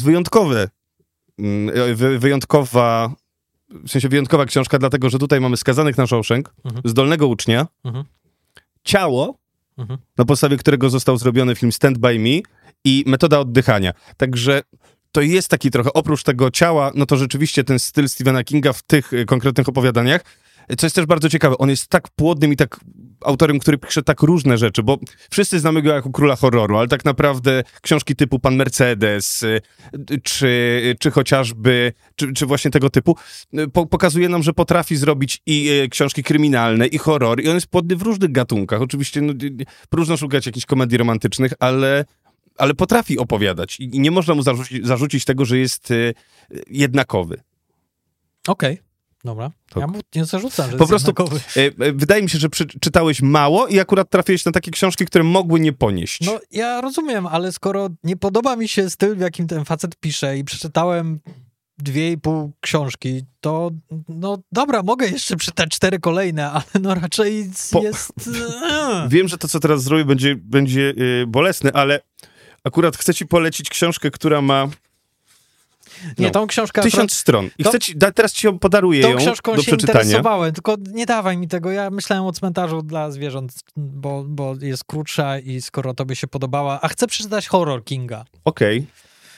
wyjątkowa książka, dlatego, że tutaj mamy Skazanych na Shawshank, Zdolnego ucznia, Ciało, na podstawie którego został zrobiony film Stand By Me i Metoda oddychania. Także to jest taki trochę, oprócz tego Ciała, no to rzeczywiście ten styl Stephena Kinga w tych konkretnych opowiadaniach, co jest też bardzo ciekawe, on jest tak płodnym i tak autorem, który pisze tak różne rzeczy, bo wszyscy znamy go jako króla horroru, ale tak naprawdę książki typu Pan Mercedes, czy chociażby, czy właśnie tego typu, pokazuje nam, że potrafi zrobić i książki kryminalne, i horror, i on jest płodny w różnych gatunkach. Oczywiście próżno szukać jakichś komedii romantycznych, ale potrafi opowiadać i nie można mu zarzucić tego, że jest jednakowy. Okej. Dobra, tak. Ja mu nie zarzucam, że po prostu wydaje mi się, że czytałeś mało i akurat trafiłeś na takie książki, które mogły nie ponieść. No, ja rozumiem, ale skoro nie podoba mi się styl, w jakim ten facet pisze i przeczytałem 2,5 książki, to no dobra, mogę jeszcze przeczytać 4 kolejne, ale no raczej jest... Wiem, że to, co teraz zrobię, będzie bolesne, ale akurat chcę ci polecić książkę, która ma... Nie, tą książkę... 1000 stron. I teraz ci ją podaruję ją do przeczytania. Tą książką się interesowałem, tylko nie dawaj mi tego. Ja myślałem o Cmentarzu dla zwierząt, bo jest krótsza i skoro tobie się podobała, a chcę przeczytać horror Kinga. Okej.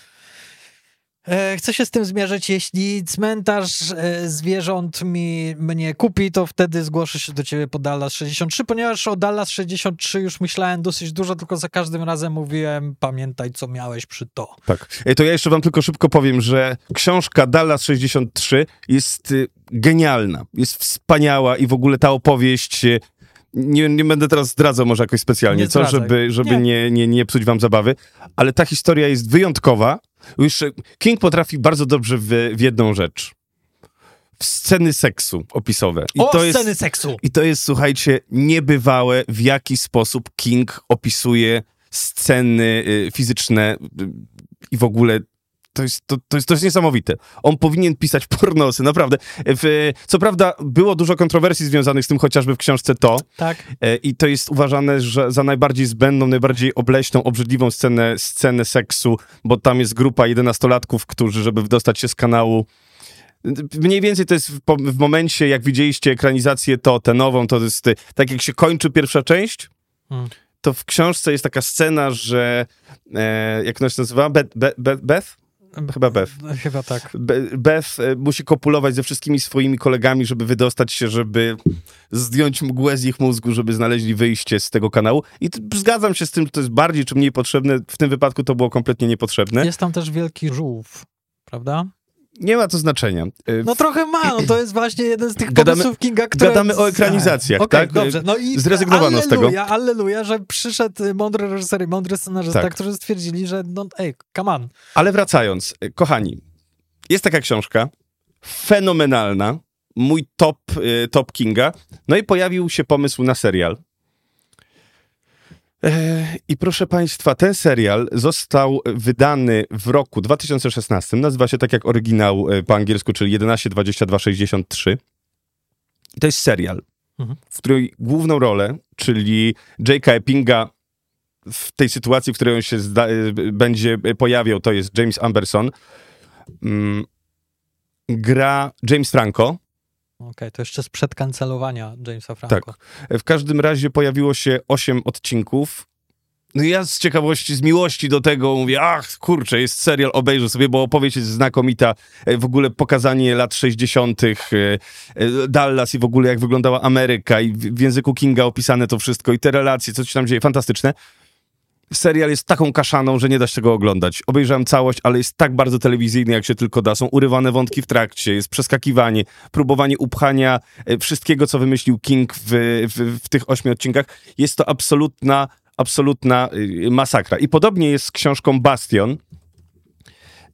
Chcę się z tym zmierzyć. Jeśli Cmentarz zwierząt mnie kupi, to wtedy zgłoszę się do ciebie po Dallas 63, ponieważ o Dallas 63 już myślałem dosyć dużo, tylko za każdym razem mówiłem, pamiętaj, co miałeś przy to. Tak. To ja jeszcze wam tylko szybko powiem, że książka Dallas 63 jest genialna, jest wspaniała i w ogóle ta opowieść... Nie będę teraz zdradzał może jakoś specjalnie, żeby nie psuć wam zabawy, ale ta historia jest wyjątkowa. Już King potrafi bardzo dobrze w jedną rzecz. W sceny seksu opisowe. Sceny seksu! I to jest, słuchajcie, niebywałe, w jaki sposób King opisuje sceny fizyczne i w ogóle to jest niesamowite. On powinien pisać pornosy, naprawdę. Co prawda było dużo kontrowersji związanych z tym, chociażby w książce To. Tak. I to jest uważane za najbardziej zbędną, najbardziej obleśną, obrzydliwą scenę seksu, bo tam jest grupa 11-latków, którzy, żeby wydostać się z kanału, mniej więcej to jest w momencie, jak widzieliście ekranizację tę nową, to jest tak jak się kończy pierwsza część, to w książce jest taka scena, że jak ona się nazywa? Beth? Chyba Beth. Chyba tak. Beth musi kopulować ze wszystkimi swoimi kolegami, żeby wydostać się, żeby zdjąć mgłę z ich mózgu, żeby znaleźli wyjście z tego kanału. I zgadzam się z tym, że to jest bardziej czy mniej potrzebne. W tym wypadku to było kompletnie niepotrzebne. Jest tam też wielki żółw, prawda? Nie ma to znaczenia. No trochę ma, no to jest właśnie jeden z tych pomysłów Kinga, które... Gadamy o ekranizacjach, tak? Dobrze. No i zrezygnowano z tego. Alleluja, że przyszedł mądry reżyser i mądry scenarzysta, którzy stwierdzili, że come on. Ale wracając, kochani, jest taka książka, fenomenalna, mój top Kinga, no i pojawił się pomysł na serial. I proszę państwa, ten serial został wydany w roku 2016. Nazywa się tak jak oryginał po angielsku, czyli 11/22/63. I to jest serial, w której główną rolę, czyli Jake'a Eppinga w tej sytuacji, w której on się będzie pojawiał, to jest James Amberson. Gra James Franco. Okej, to jeszcze sprzed kancelowania Jamesa Franco. Tak. W każdym razie pojawiło się 8 odcinków. No i ja z ciekawości, z miłości do tego mówię, kurczę, jest serial, obejrzę sobie, bo opowieść jest znakomita. W ogóle pokazanie lat 60., Dallas i w ogóle jak wyglądała Ameryka i w języku Kinga opisane to wszystko i te relacje, co się tam dzieje, fantastyczne. Serial jest taką kaszaną, że nie da się tego oglądać. Obejrzałem całość, ale jest tak bardzo telewizyjny, jak się tylko da. Są urywane wątki w trakcie, jest przeskakiwanie, próbowanie upchania wszystkiego, co wymyślił King w tych 8 odcinkach. Jest to absolutna masakra. I podobnie jest z książką Bastion.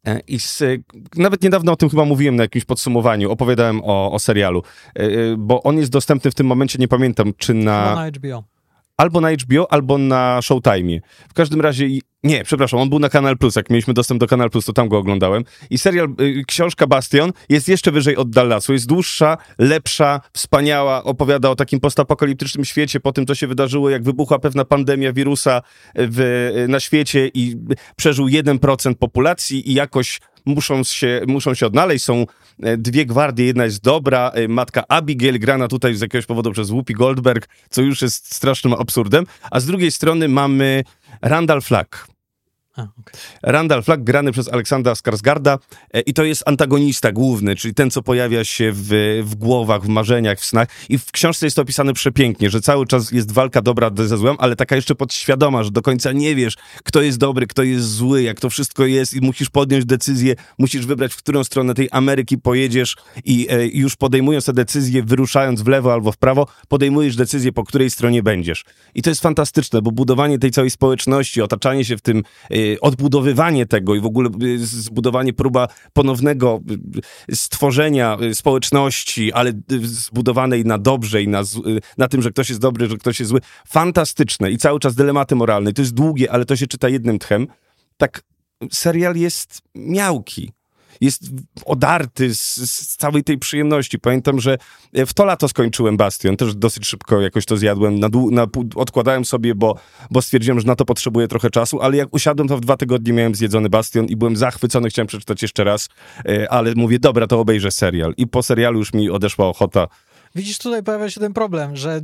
Nawet niedawno o tym chyba mówiłem na jakimś podsumowaniu, opowiadałem o serialu, bo on jest dostępny w tym momencie, nie pamiętam, czy na HBO. Albo na HBO, albo na Showtime. W każdym razie, nie, przepraszam, on był na Kanal Plus, jak mieliśmy dostęp do Kanal Plus, to tam go oglądałem. I serial, książka Bastion jest jeszcze wyżej od Dallasu, jest dłuższa, lepsza, wspaniała, opowiada o takim postapokaliptycznym świecie, po tym, co się wydarzyło, jak wybuchła pewna pandemia wirusa na świecie i przeżył 1% populacji i jakoś muszą się odnaleźć. Są dwie gwardie, jedna jest dobra, matka Abigail, grana tutaj z jakiegoś powodu przez Whoopi Goldberg, co już jest strasznym absurdem, a z drugiej strony mamy Randall Flagg. Okay. Randall Flagg, grany przez Aleksandra Skarsgarda, i to jest antagonista główny, czyli ten, co pojawia się w głowach, w marzeniach, w snach. I w książce jest to opisane przepięknie, że cały czas jest walka dobra ze złem, ale taka jeszcze podświadoma, że do końca nie wiesz, kto jest dobry, kto jest zły, jak to wszystko jest i musisz podjąć decyzję, musisz wybrać, w którą stronę tej Ameryki pojedziesz i już podejmując tę decyzję, wyruszając w lewo albo w prawo, podejmujesz decyzję, po której stronie będziesz. I to jest fantastyczne, bo budowanie tej całej społeczności, otaczanie się w tym, odbudowywanie tego i w ogóle zbudowanie, próba ponownego stworzenia społeczności, ale zbudowanej na dobrze i na tym, że ktoś jest dobry, że ktoś jest zły. Fantastyczne i cały czas dylematy moralne. To jest długie, ale to się czyta jednym tchem. Tak, serial jest miałki. Jest odarty z całej tej przyjemności. Pamiętam, że w to lato skończyłem Bastion, też dosyć szybko jakoś to zjadłem, odkładałem sobie, bo stwierdziłem, że na to potrzebuję trochę czasu, ale jak usiadłem, to w 2 tygodnie miałem zjedzony Bastion i byłem zachwycony, chciałem przeczytać jeszcze raz, ale mówię, dobra, to obejrzę serial. I po serialu już mi odeszła ochota. Widzisz, tutaj pojawia się ten problem, że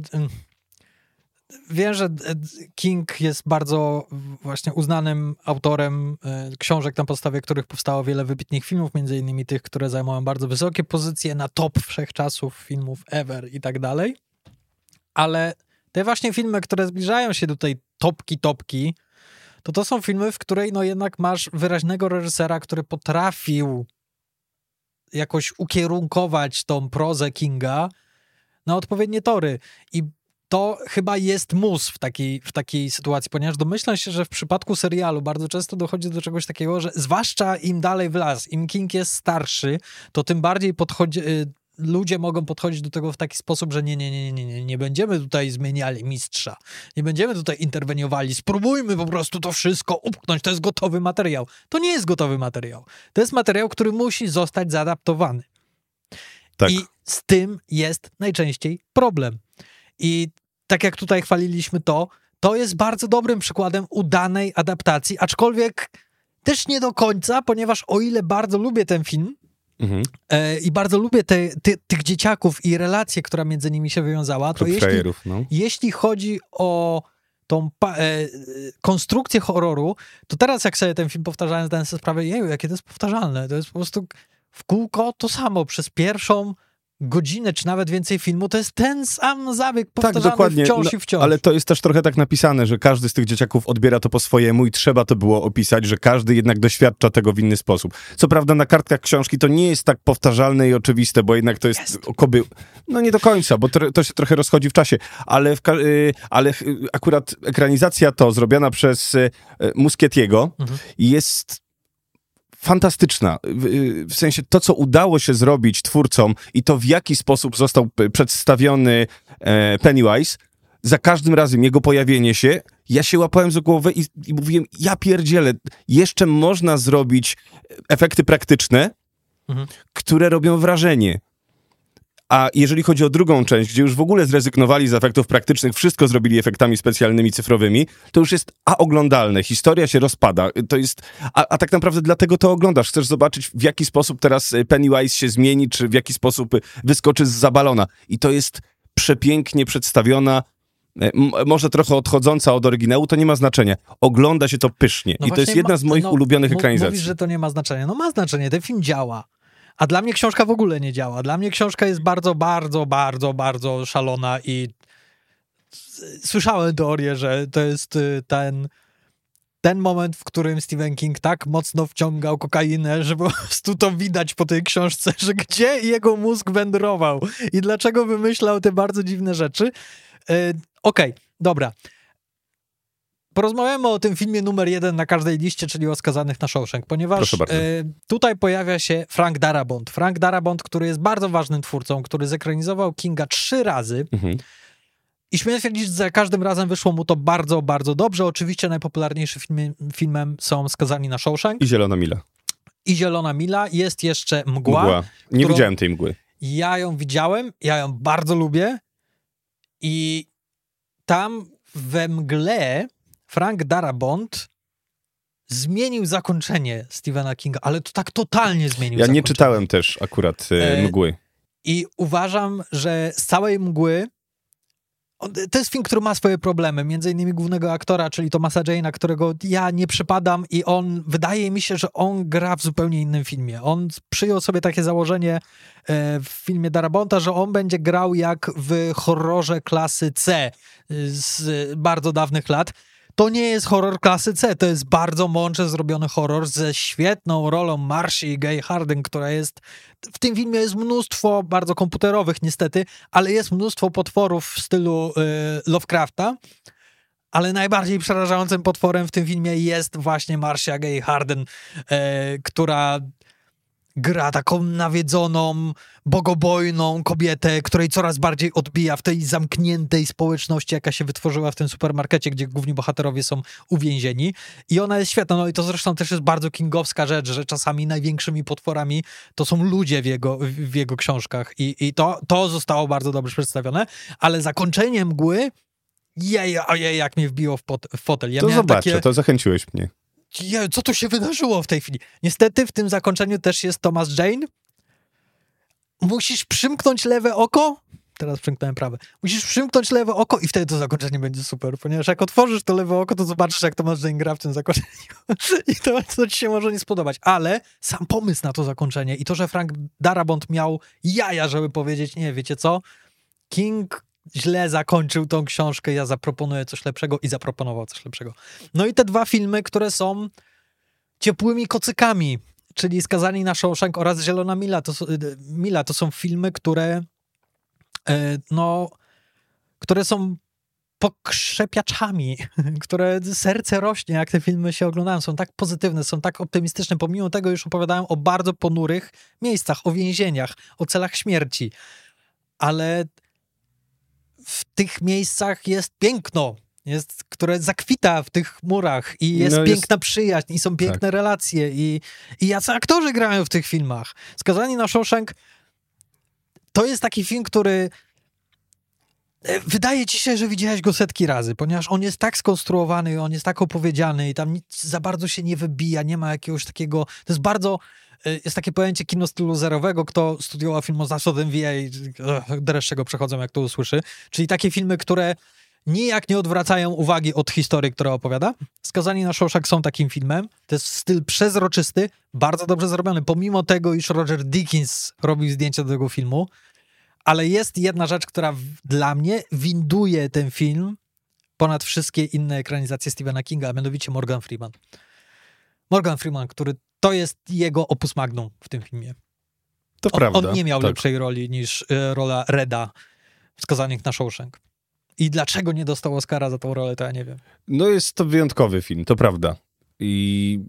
wiem, że King jest bardzo właśnie uznanym autorem książek, na podstawie których powstało wiele wybitnych filmów, między innymi tych, które zajmują bardzo wysokie pozycje na top wszechczasów filmów ever i tak dalej. Ale te właśnie filmy, które zbliżają się do tej topki, to są filmy, w której no jednak masz wyraźnego reżysera, który potrafił jakoś ukierunkować tą prozę Kinga na odpowiednie tory. I to chyba jest mus w takiej sytuacji, ponieważ domyślam się, że w przypadku serialu bardzo często dochodzi do czegoś takiego, że zwłaszcza im dalej w las, im King jest starszy, to tym bardziej ludzie mogą podchodzić do tego w taki sposób, że nie będziemy tutaj zmieniali mistrza, nie będziemy tutaj interweniowali, spróbujmy po prostu to wszystko upchnąć, to jest gotowy materiał. To nie jest gotowy materiał. To jest materiał, który musi zostać zaadaptowany. Tak. I z tym jest najczęściej problem. I tak jak tutaj chwaliliśmy to jest bardzo dobrym przykładem udanej adaptacji, aczkolwiek też nie do końca, ponieważ o ile bardzo lubię ten film i bardzo lubię tych dzieciaków i relację, która między nimi się wywiązała, to jeśli chodzi o tą konstrukcję horroru, to teraz jak sobie ten film powtarzałem, zdałem sobie sprawę, jakie to jest powtarzalne. To jest po prostu w kółko to samo przez pierwszą godzinę, czy nawet więcej filmu, to jest ten sam zabieg powtarzany tak, dokładnie. Wciąż i wciąż. Ale to jest też trochę tak napisane, że każdy z tych dzieciaków odbiera to po swojemu i trzeba to było opisać, że każdy jednak doświadcza tego w inny sposób. Co prawda na kartkach książki to nie jest tak powtarzalne i oczywiste, bo jednak to jest no nie do końca, bo to się trochę rozchodzi w czasie, ale akurat ekranizacja to zrobiona przez Muschettiego jest fantastyczna. W sensie to, co udało się zrobić twórcom i to, w jaki sposób został przedstawiony Pennywise, za każdym razem jego pojawienie się, ja się łapałem za głowę i mówiłem, ja pierdzielę, jeszcze można zrobić efekty praktyczne, które robią wrażenie. A jeżeli chodzi o drugą część, gdzie już w ogóle zrezygnowali z efektów praktycznych, wszystko zrobili efektami specjalnymi, cyfrowymi, to już jest oglądalne. Historia się rozpada. To jest, a tak naprawdę dlatego to oglądasz. Chcesz zobaczyć, w jaki sposób teraz Pennywise się zmieni, czy w jaki sposób wyskoczy zza balona. I to jest przepięknie przedstawiona, może trochę odchodząca od oryginału, to nie ma znaczenia. Ogląda się to pysznie. I to jest jedna z moich ulubionych ekranizacji. Mówisz, że to nie ma znaczenia. No ma znaczenie. Ten film działa. A dla mnie książka w ogóle nie działa. Dla mnie książka jest bardzo, bardzo, bardzo, bardzo szalona i słyszałem teorię, że to jest ten moment, w którym Stephen King tak mocno wciągał kokainę, że po prostu to widać po tej książce, że gdzie jego mózg wędrował i dlaczego wymyślał te bardzo dziwne rzeczy. Okej, dobra. porozmawiamy o tym filmie numer 1 na każdej liście, czyli o Skazanych na Shawshank, ponieważ tutaj pojawia się Frank Darabont. Frank Darabont, który jest bardzo ważnym twórcą, który zekranizował Kinga 3 razy. I śmiem twierdzić, że za każdym razem wyszło mu to bardzo, bardzo dobrze. Oczywiście najpopularniejszym filmem są Skazani na Shawshank. I Zielona Mila. I Zielona Mila. Jest jeszcze Mgła. Nie widziałem tej Mgły. Ja ją widziałem, ja ją bardzo lubię i tam we Mgle Frank Darabont zmienił zakończenie Stephena Kinga, ale to tak totalnie zmienił zakończenie. Ja nie czytałem też akurat Mgły. I uważam, że z całej Mgły to jest film, który ma swoje problemy, między innymi głównego aktora, czyli Thomasa Jane'a, którego ja nie przypadam i wydaje mi się, że on gra w zupełnie innym filmie. On przyjął sobie takie założenie w filmie Darabonta, że on będzie grał jak w horrorze klasy C z bardzo dawnych lat. To nie jest horror klasy C, to jest bardzo mądrze zrobiony horror ze świetną rolą Marcie Gay Harden, która jest... W tym filmie jest mnóstwo bardzo komputerowych niestety, ale jest mnóstwo potworów w stylu Lovecrafta, ale najbardziej przerażającym potworem w tym filmie jest właśnie Marcia Gay Harden, która gra taką nawiedzoną, bogobojną kobietę, której coraz bardziej odbija w tej zamkniętej społeczności, jaka się wytworzyła w tym supermarkecie, gdzie główni bohaterowie są uwięzieni. I ona jest świetna. No i to zresztą też jest bardzo kingowska rzecz, że czasami największymi potworami to są ludzie w jego książkach. I to zostało bardzo dobrze przedstawione. Ale zakończenie Mgły, ojej, jak mnie wbiło w fotel. Ja to zobaczę, to zachęciłeś mnie. Co tu się wydarzyło w tej chwili? Niestety w tym zakończeniu też jest Thomas Jane. Musisz przymknąć lewe oko. Teraz przymknąłem prawe. Musisz przymknąć lewe oko i wtedy to zakończenie będzie super, ponieważ jak otworzysz to lewe oko, to zobaczysz, jak Thomas Jane gra w tym zakończeniu. I to ci się może nie spodobać. Ale sam pomysł na to zakończenie i to, że Frank Darabont miał jaja, żeby powiedzieć, nie, wiecie co? King źle zakończył tą książkę, ja zaproponuję coś lepszego i zaproponował coś lepszego. No i te dwa filmy, które są ciepłymi kocykami, czyli Skazani na Shawshank oraz Zielona Mila, to są filmy, które które są pokrzepiaczami, które serce rośnie, jak te filmy się oglądają, są tak pozytywne, są tak optymistyczne, pomimo tego już opowiadają o bardzo ponurych miejscach, o więzieniach, o celach śmierci, ale w tych miejscach jest piękno, które zakwita w tych murach i jest piękna przyjaźń i są piękne relacje i jacy aktorzy grają w tych filmach. Skazani na Shawshank to jest taki film, który wydaje ci się, że widziałeś go setki razy, ponieważ on jest tak skonstruowany, on jest tak opowiedziany i tam nic za bardzo się nie wybija, nie ma jakiegoś takiego... To jest bardzo... Jest takie pojęcie kino stylu zerowego, kto studiował film o zasadem wie i dreszcze go przechodzą, jak to usłyszy. Czyli takie filmy, które nijak nie odwracają uwagi od historii, która opowiada. Skazani na Shawshank są takim filmem. To jest styl przezroczysty, bardzo dobrze zrobiony, pomimo tego, iż Roger Deakins robił zdjęcia do tego filmu. Ale jest jedna rzecz, która dla mnie winduje ten film ponad wszystkie inne ekranizacje Stephena Kinga, a mianowicie Morgan Freeman. Morgan Freeman, który to jest jego opus magnum w tym filmie. To prawda. On nie miał lepszej roli niż rola Reda w Skazanych na Shawshank. I dlaczego nie dostał Oscara za tą rolę, to ja nie wiem. No jest to wyjątkowy film, to prawda. I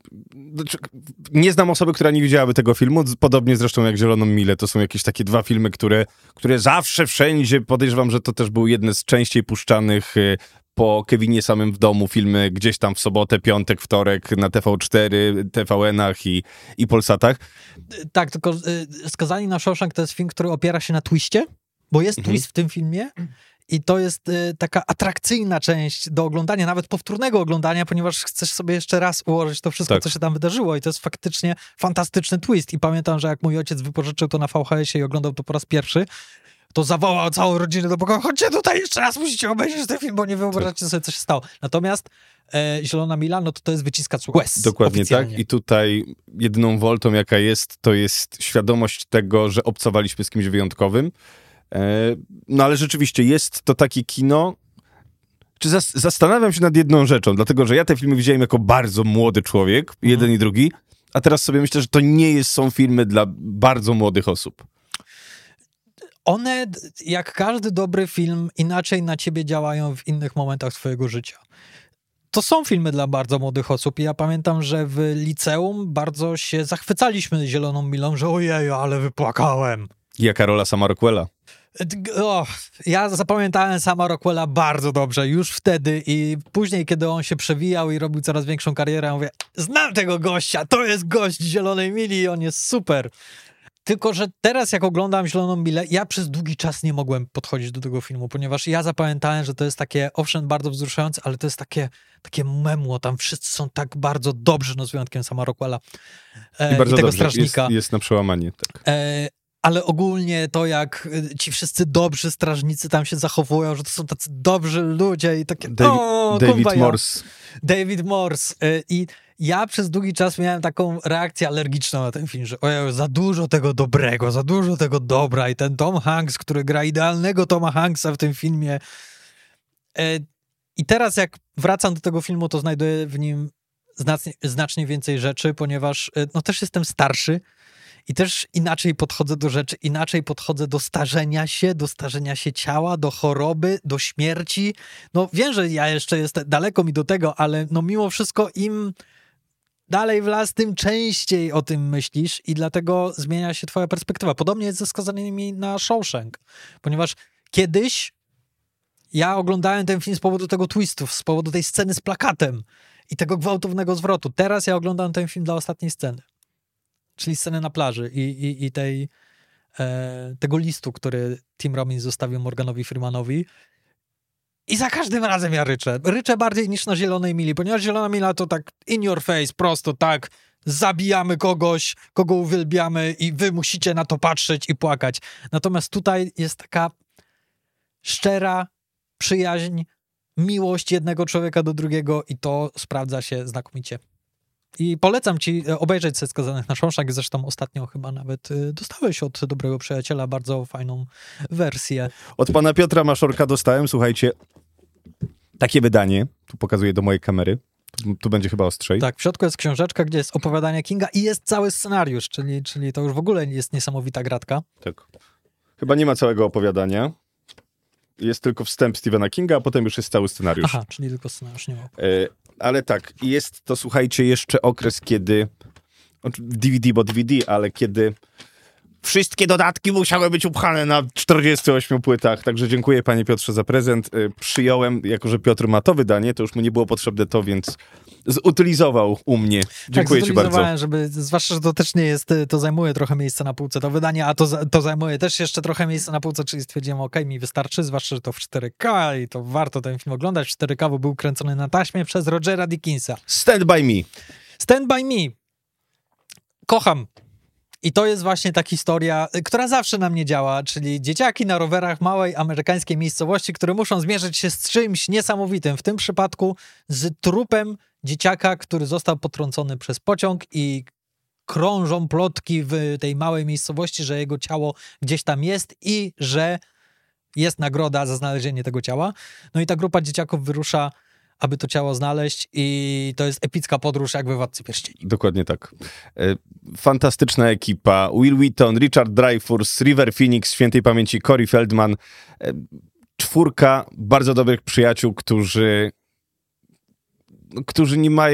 nie znam osoby, która nie widziałaby tego filmu, podobnie zresztą jak Zieloną Milę. To są jakieś takie dwa filmy, które zawsze, wszędzie, podejrzewam, że to też był jeden z częściej puszczanych po Kevinie samym w domu filmy gdzieś tam w sobotę, piątek, wtorek na TV4, TVN-ach i Polsatach. Tak, tylko Skazani na Shawshank to jest film, który opiera się na twiście, bo jest twist w tym filmie i to jest taka atrakcyjna część do oglądania, nawet powtórnego oglądania, ponieważ chcesz sobie jeszcze raz ułożyć to wszystko, co się tam wydarzyło i to jest faktycznie fantastyczny twist. I pamiętam, że jak mój ojciec wypożyczył to na VHS-ie i oglądał to po raz pierwszy, to zawołał całą rodzinę do pokoju, chodźcie tutaj jeszcze raz, musicie obejrzeć ten film, bo nie wyobrażacie sobie, co się stało. Natomiast Zielona Mila, no to jest wyciskacz łez. Dokładnie tak. I tutaj jedyną woltą, jaka jest, to jest świadomość tego, że obcowaliśmy z kimś wyjątkowym. No ale rzeczywiście jest to takie kino... Zastanawiam się nad jedną rzeczą, dlatego, że ja te filmy widziałem jako bardzo młody człowiek, jeden i drugi, a teraz sobie myślę, że to nie są filmy dla bardzo młodych osób. One, jak każdy dobry film, inaczej na ciebie działają w innych momentach twojego życia. to są filmy dla bardzo młodych osób i ja pamiętam, że w liceum bardzo się zachwycaliśmy Zieloną Milą, że ojej, ale wypłakałem. Jaka rola sama Rockwella? Ja zapamiętałem sama Rockwella bardzo dobrze już wtedy i później, kiedy on się przewijał i robił coraz większą karierę, ja mówię, znam tego gościa, to jest gość Zielonej Mili i on jest super. Tylko że teraz, jak oglądam Zieloną Milę, ja przez długi czas nie mogłem podchodzić do tego filmu, ponieważ ja zapamiętałem, że to jest takie, owszem, bardzo wzruszające, ale to jest takie memło, tam wszyscy są tak bardzo dobrzy, no z wyjątkiem sama Rockwella I bardzo i tego dobrze. strażnika. Jest na przełamanie, tak. Ale ogólnie to, jak ci wszyscy dobrzy strażnicy tam się zachowują, że to są tacy dobrzy ludzie i takie... David Morse. I ja przez długi czas miałem taką reakcję alergiczną na ten film, że ojej, za dużo tego dobrego, za dużo tego dobra i ten Tom Hanks, który gra idealnego Toma Hanksa w tym filmie. I teraz jak wracam do tego filmu, to znajduję w nim znacznie więcej rzeczy, ponieważ no też jestem starszy i też inaczej podchodzę do rzeczy, inaczej podchodzę do starzenia się ciała, do choroby, do śmierci. No wiem, że ja jeszcze jestem daleko mi do tego, ale no mimo wszystko im dalej w las, tym częściej o tym myślisz i dlatego zmienia się twoja perspektywa. Podobnie jest ze Skazanymi na Shawshank, ponieważ kiedyś ja oglądałem ten film z powodu tego twistu, z powodu tej sceny z plakatem i tego gwałtownego zwrotu. Teraz ja oglądam ten film dla ostatniej sceny, czyli sceny na plaży i tego listu, który Tim Robbins zostawił Morganowi Freemanowi. I za każdym razem ja ryczę. Ryczę bardziej niż na Zielonej Mili, ponieważ Zielona Mila to tak in your face, prosto tak, zabijamy kogoś, kogo uwielbiamy i wy musicie na to patrzeć i płakać. Natomiast tutaj jest taka szczera przyjaźń, miłość jednego człowieka do drugiego i to sprawdza się znakomicie. I polecam ci obejrzeć sobie Skazanych na Shawshank. Zresztą ostatnio chyba nawet dostałeś od dobrego przyjaciela bardzo fajną wersję. Od pana Piotra Maszorka dostałem, słuchajcie, takie wydanie. Tu pokazuję do mojej kamery. Tu będzie chyba ostrzej. Tak, w środku jest książeczka, gdzie jest opowiadanie Kinga i jest cały scenariusz, czyli to już w ogóle jest niesamowita gratka. Tak. Chyba nie ma całego opowiadania. Jest tylko wstęp Stephena Kinga, a potem już jest cały scenariusz. Aha, czyli tylko scenariusz, nie ma. Ale tak, jest to, słuchajcie, jeszcze okres, kiedy DVD, bo DVD, ale kiedy wszystkie dodatki musiały być upchane na 48 płytach, także dziękuję panie Piotrze za prezent. Przyjąłem, jako że Piotr ma to wydanie, to już mu nie było potrzebne to, więc zutylizował u mnie. Dziękuję ci bardzo. Zwłaszcza, że to też nie jest, to zajmuje trochę miejsca na półce, to wydanie, a to zajmuje też jeszcze trochę miejsca na półce, czyli stwierdziłem, okej, mi wystarczy, zwłaszcza, że to w 4K i to warto ten film oglądać w 4K, bo był kręcony na taśmie przez Rogera Dickinsa. Stand By Me. Stand By Me. Kocham. I to jest właśnie ta historia, która zawsze na mnie działa, czyli dzieciaki na rowerach małej amerykańskiej miejscowości, które muszą zmierzyć się z czymś niesamowitym. W tym przypadku z trupem dzieciaka, który został potrącony przez pociąg i krążą plotki w tej małej miejscowości, że jego ciało gdzieś tam jest i że jest nagroda za znalezienie tego ciała. No i ta grupa dzieciaków wyrusza, aby to ciało znaleźć i to jest epicka podróż jak we Władcy Pierścieni. Dokładnie tak. Fantastyczna ekipa. Will Wheaton, Richard Dreyfuss, River Phoenix, świętej pamięci Corey Feldman. 4 bardzo dobrych przyjaciół, którzy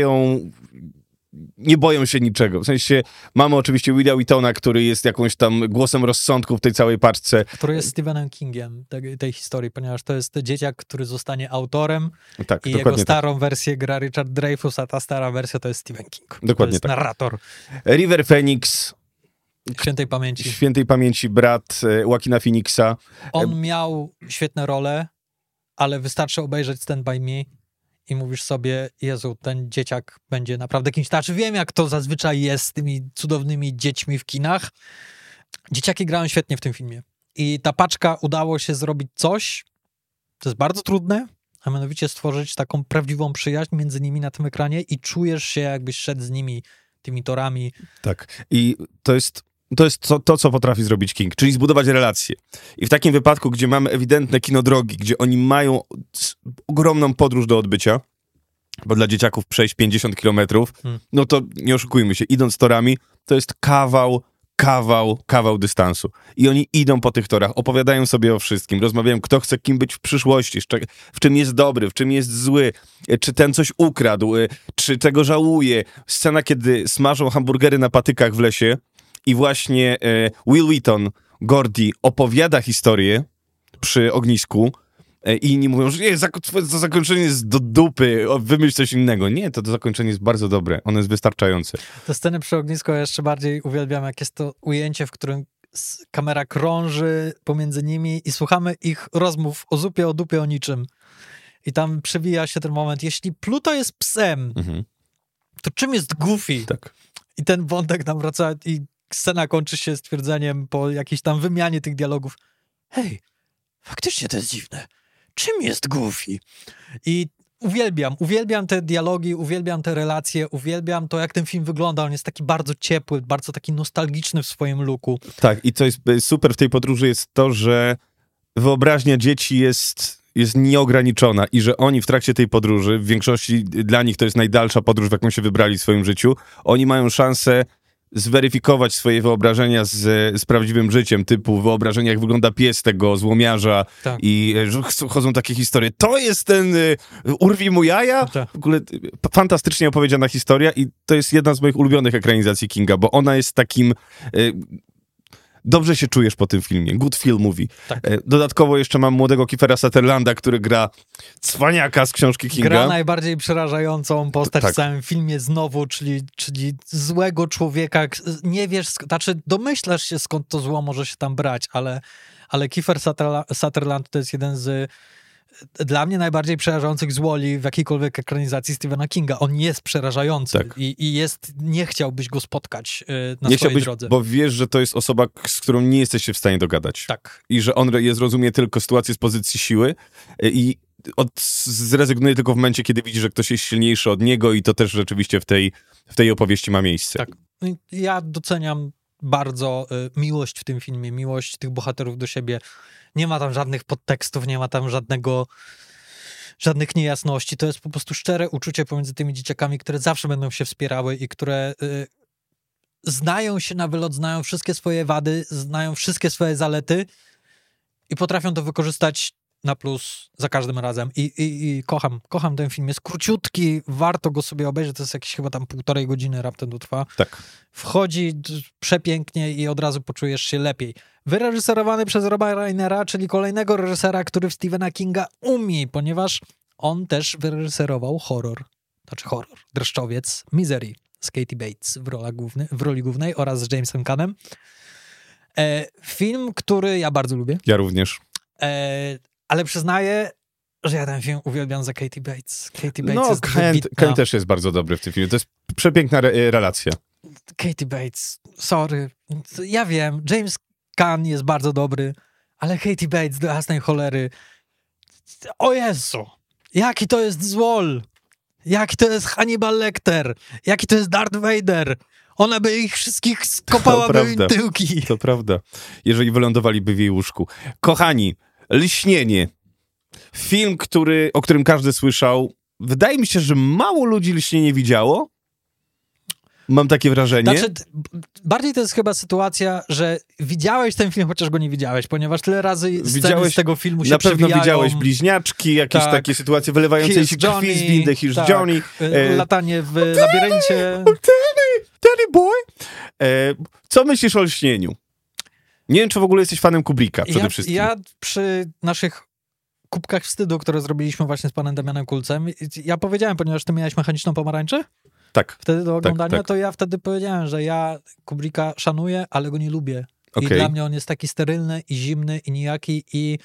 nie boją się niczego. W sensie mamy oczywiście Willa Wheatona, który jest jakąś tam głosem rozsądku w tej całej paczce. Który jest Stephenem Kingiem tej historii, ponieważ to jest dzieciak, który zostanie autorem i jego starą wersję gra Richard Dreyfuss, a ta stara wersja to jest Stephen King. Dokładnie to jest narrator. River Phoenix. Świętej pamięci brat Joaquina Phoenixa. On miał świetne role, ale wystarczy obejrzeć Stand By Me i mówisz sobie, Jezu, ten dzieciak będzie naprawdę kimś. Znaczy wiem, jak to zazwyczaj jest z tymi cudownymi dziećmi w kinach. Dzieciaki grają świetnie w tym filmie. I ta paczka udało się zrobić coś, co jest bardzo trudne, a mianowicie stworzyć taką prawdziwą przyjaźń między nimi na tym ekranie i czujesz się, jakbyś szedł z nimi tymi torami. Tak. I to jest to, co potrafi zrobić King, czyli zbudować relacje. I w takim wypadku, gdzie mamy ewidentne kino drogi, gdzie oni mają ogromną podróż do odbycia, bo dla dzieciaków przejść 50 kilometrów, no to nie oszukujmy się, idąc torami, to jest kawał kawał dystansu. I oni idą po tych torach, opowiadają sobie o wszystkim, rozmawiają, kto chce kim być w przyszłości, w czym jest dobry, w czym jest zły, czy ten coś ukradł, czy tego żałuje. Scena, kiedy smażą hamburgery na patykach w lesie i właśnie Will Wheaton, Gordy, opowiada historię przy ognisku i inni mówią, że nie, to zakończenie jest do dupy, wymyśl coś innego. Nie, to zakończenie jest bardzo dobre, ono jest wystarczające. Te sceny przy ognisku ja jeszcze bardziej uwielbiam, jak jest to ujęcie, w którym kamera krąży pomiędzy nimi i słuchamy ich rozmów o zupie, o dupie, o niczym. I tam przewija się ten moment, jeśli Pluto jest psem, to czym jest Goofy? Tak. I ten wątek nam wraca i scena kończy się stwierdzeniem po jakiejś tam wymianie tych dialogów. Hej, faktycznie to jest dziwne. Czym jest Goofy? I uwielbiam te dialogi, uwielbiam te relacje, uwielbiam to, jak ten film wygląda. On jest taki bardzo ciepły, bardzo taki nostalgiczny w swoim looku. Tak, i co jest super w tej podróży jest to, że wyobraźnia dzieci jest nieograniczona i że oni w trakcie tej podróży, w większości dla nich to jest najdalsza podróż, w jaką się wybrali w swoim życiu, oni mają szansę zweryfikować swoje wyobrażenia z prawdziwym życiem, typu wyobrażenia, jak wygląda pies tego złomiarza i chodzą takie historie. To jest ten urwij mu jaja? Tak. W ogóle fantastycznie opowiedziana historia i to jest jedna z moich ulubionych ekranizacji Kinga, bo ona jest takim... Dobrze się czujesz po tym filmie. Good feel movie. Tak. Dodatkowo jeszcze mam młodego Kiefera Sutherlanda, który gra cwaniaka z książki Kinga. Gra najbardziej przerażającą postać Tak. w całym filmie znowu, czyli złego człowieka. Nie wiesz, znaczy domyślasz się, skąd to zło może się tam brać, ale Kiefer Sutherland to jest jeden z dla mnie najbardziej przerażających złoli w jakiejkolwiek ekranizacji Stephena Kinga. On jest przerażający i nie chciałbyś go spotkać na swojej drodze. Bo wiesz, że to jest osoba, z którą nie jesteś się w stanie dogadać. Tak. I że on zrozumie tylko sytuację z pozycji siły i zrezygnuje tylko w momencie, kiedy widzi, że ktoś jest silniejszy od niego i to też rzeczywiście w tej opowieści ma miejsce. Tak. Ja doceniam bardzo miłość w tym filmie, miłość tych bohaterów do siebie. Nie ma tam żadnych podtekstów, nie ma tam żadnych niejasności. To jest po prostu szczere uczucie pomiędzy tymi dzieciakami, które zawsze będą się wspierały i które znają się na wylot, znają wszystkie swoje wady, znają wszystkie swoje zalety i potrafią to wykorzystać na plus za każdym razem. I kocham ten film. Jest króciutki, warto go sobie obejrzeć. To jest jakieś chyba tam 1,5 godziny raptem to trwa. Tak. Wchodzi przepięknie i od razu poczujesz się lepiej. Wyreżyserowany przez Roba Reinera, czyli kolejnego reżysera, który w Stephena Kinga umie, ponieważ on też wyreżyserował horror, dreszczowiec Misery z Katie Bates w roli głównej oraz z Jamesem Caanem. Film, który ja bardzo lubię. Ja również. Ale przyznaję, że ja ten film uwielbiam za Katie Bates. Katie Bates no, jest Ken też jest bardzo dobry w tym filmie. To jest przepiękna relacja. Katie Bates, sorry. Ja wiem, James Caan jest bardzo dobry, ale Katie Bates do jasnej cholery. O Jezu, jaki to jest złol. Jaki to jest Hannibal Lecter. Jaki to jest Darth Vader. Ona by ich wszystkich skopałaby im tyłki. To prawda. Jeżeli wylądowaliby w jej łóżku. Kochani, Lśnienie. Film, o którym każdy słyszał. Wydaje mi się, że mało ludzi Lśnienie widziało. Mam takie wrażenie. Znaczy, bardziej to jest chyba sytuacja, że widziałeś ten film, chociaż go nie widziałeś, ponieważ tyle razy sceny z tego filmu się przewijają. Na pewno widziałeś Bliźniaczki, jakieś takie sytuacje wylewającej się krwi z windy, Here's Johnny. Latanie w labiryncie. Danny boy! Co myślisz o Lśnieniu? Nie wiem, czy w ogóle jesteś fanem Kubricka przede wszystkim. Ja przy naszych kubkach wstydu, które zrobiliśmy właśnie z panem Damianem Kulcem, ja powiedziałem, ponieważ ty miałeś Mechaniczną pomarańczę? Tak. Wtedy do oglądania, to ja wtedy powiedziałem, że ja Kubricka szanuję, ale go nie lubię. I dla mnie on jest taki sterylny i zimny i nijaki i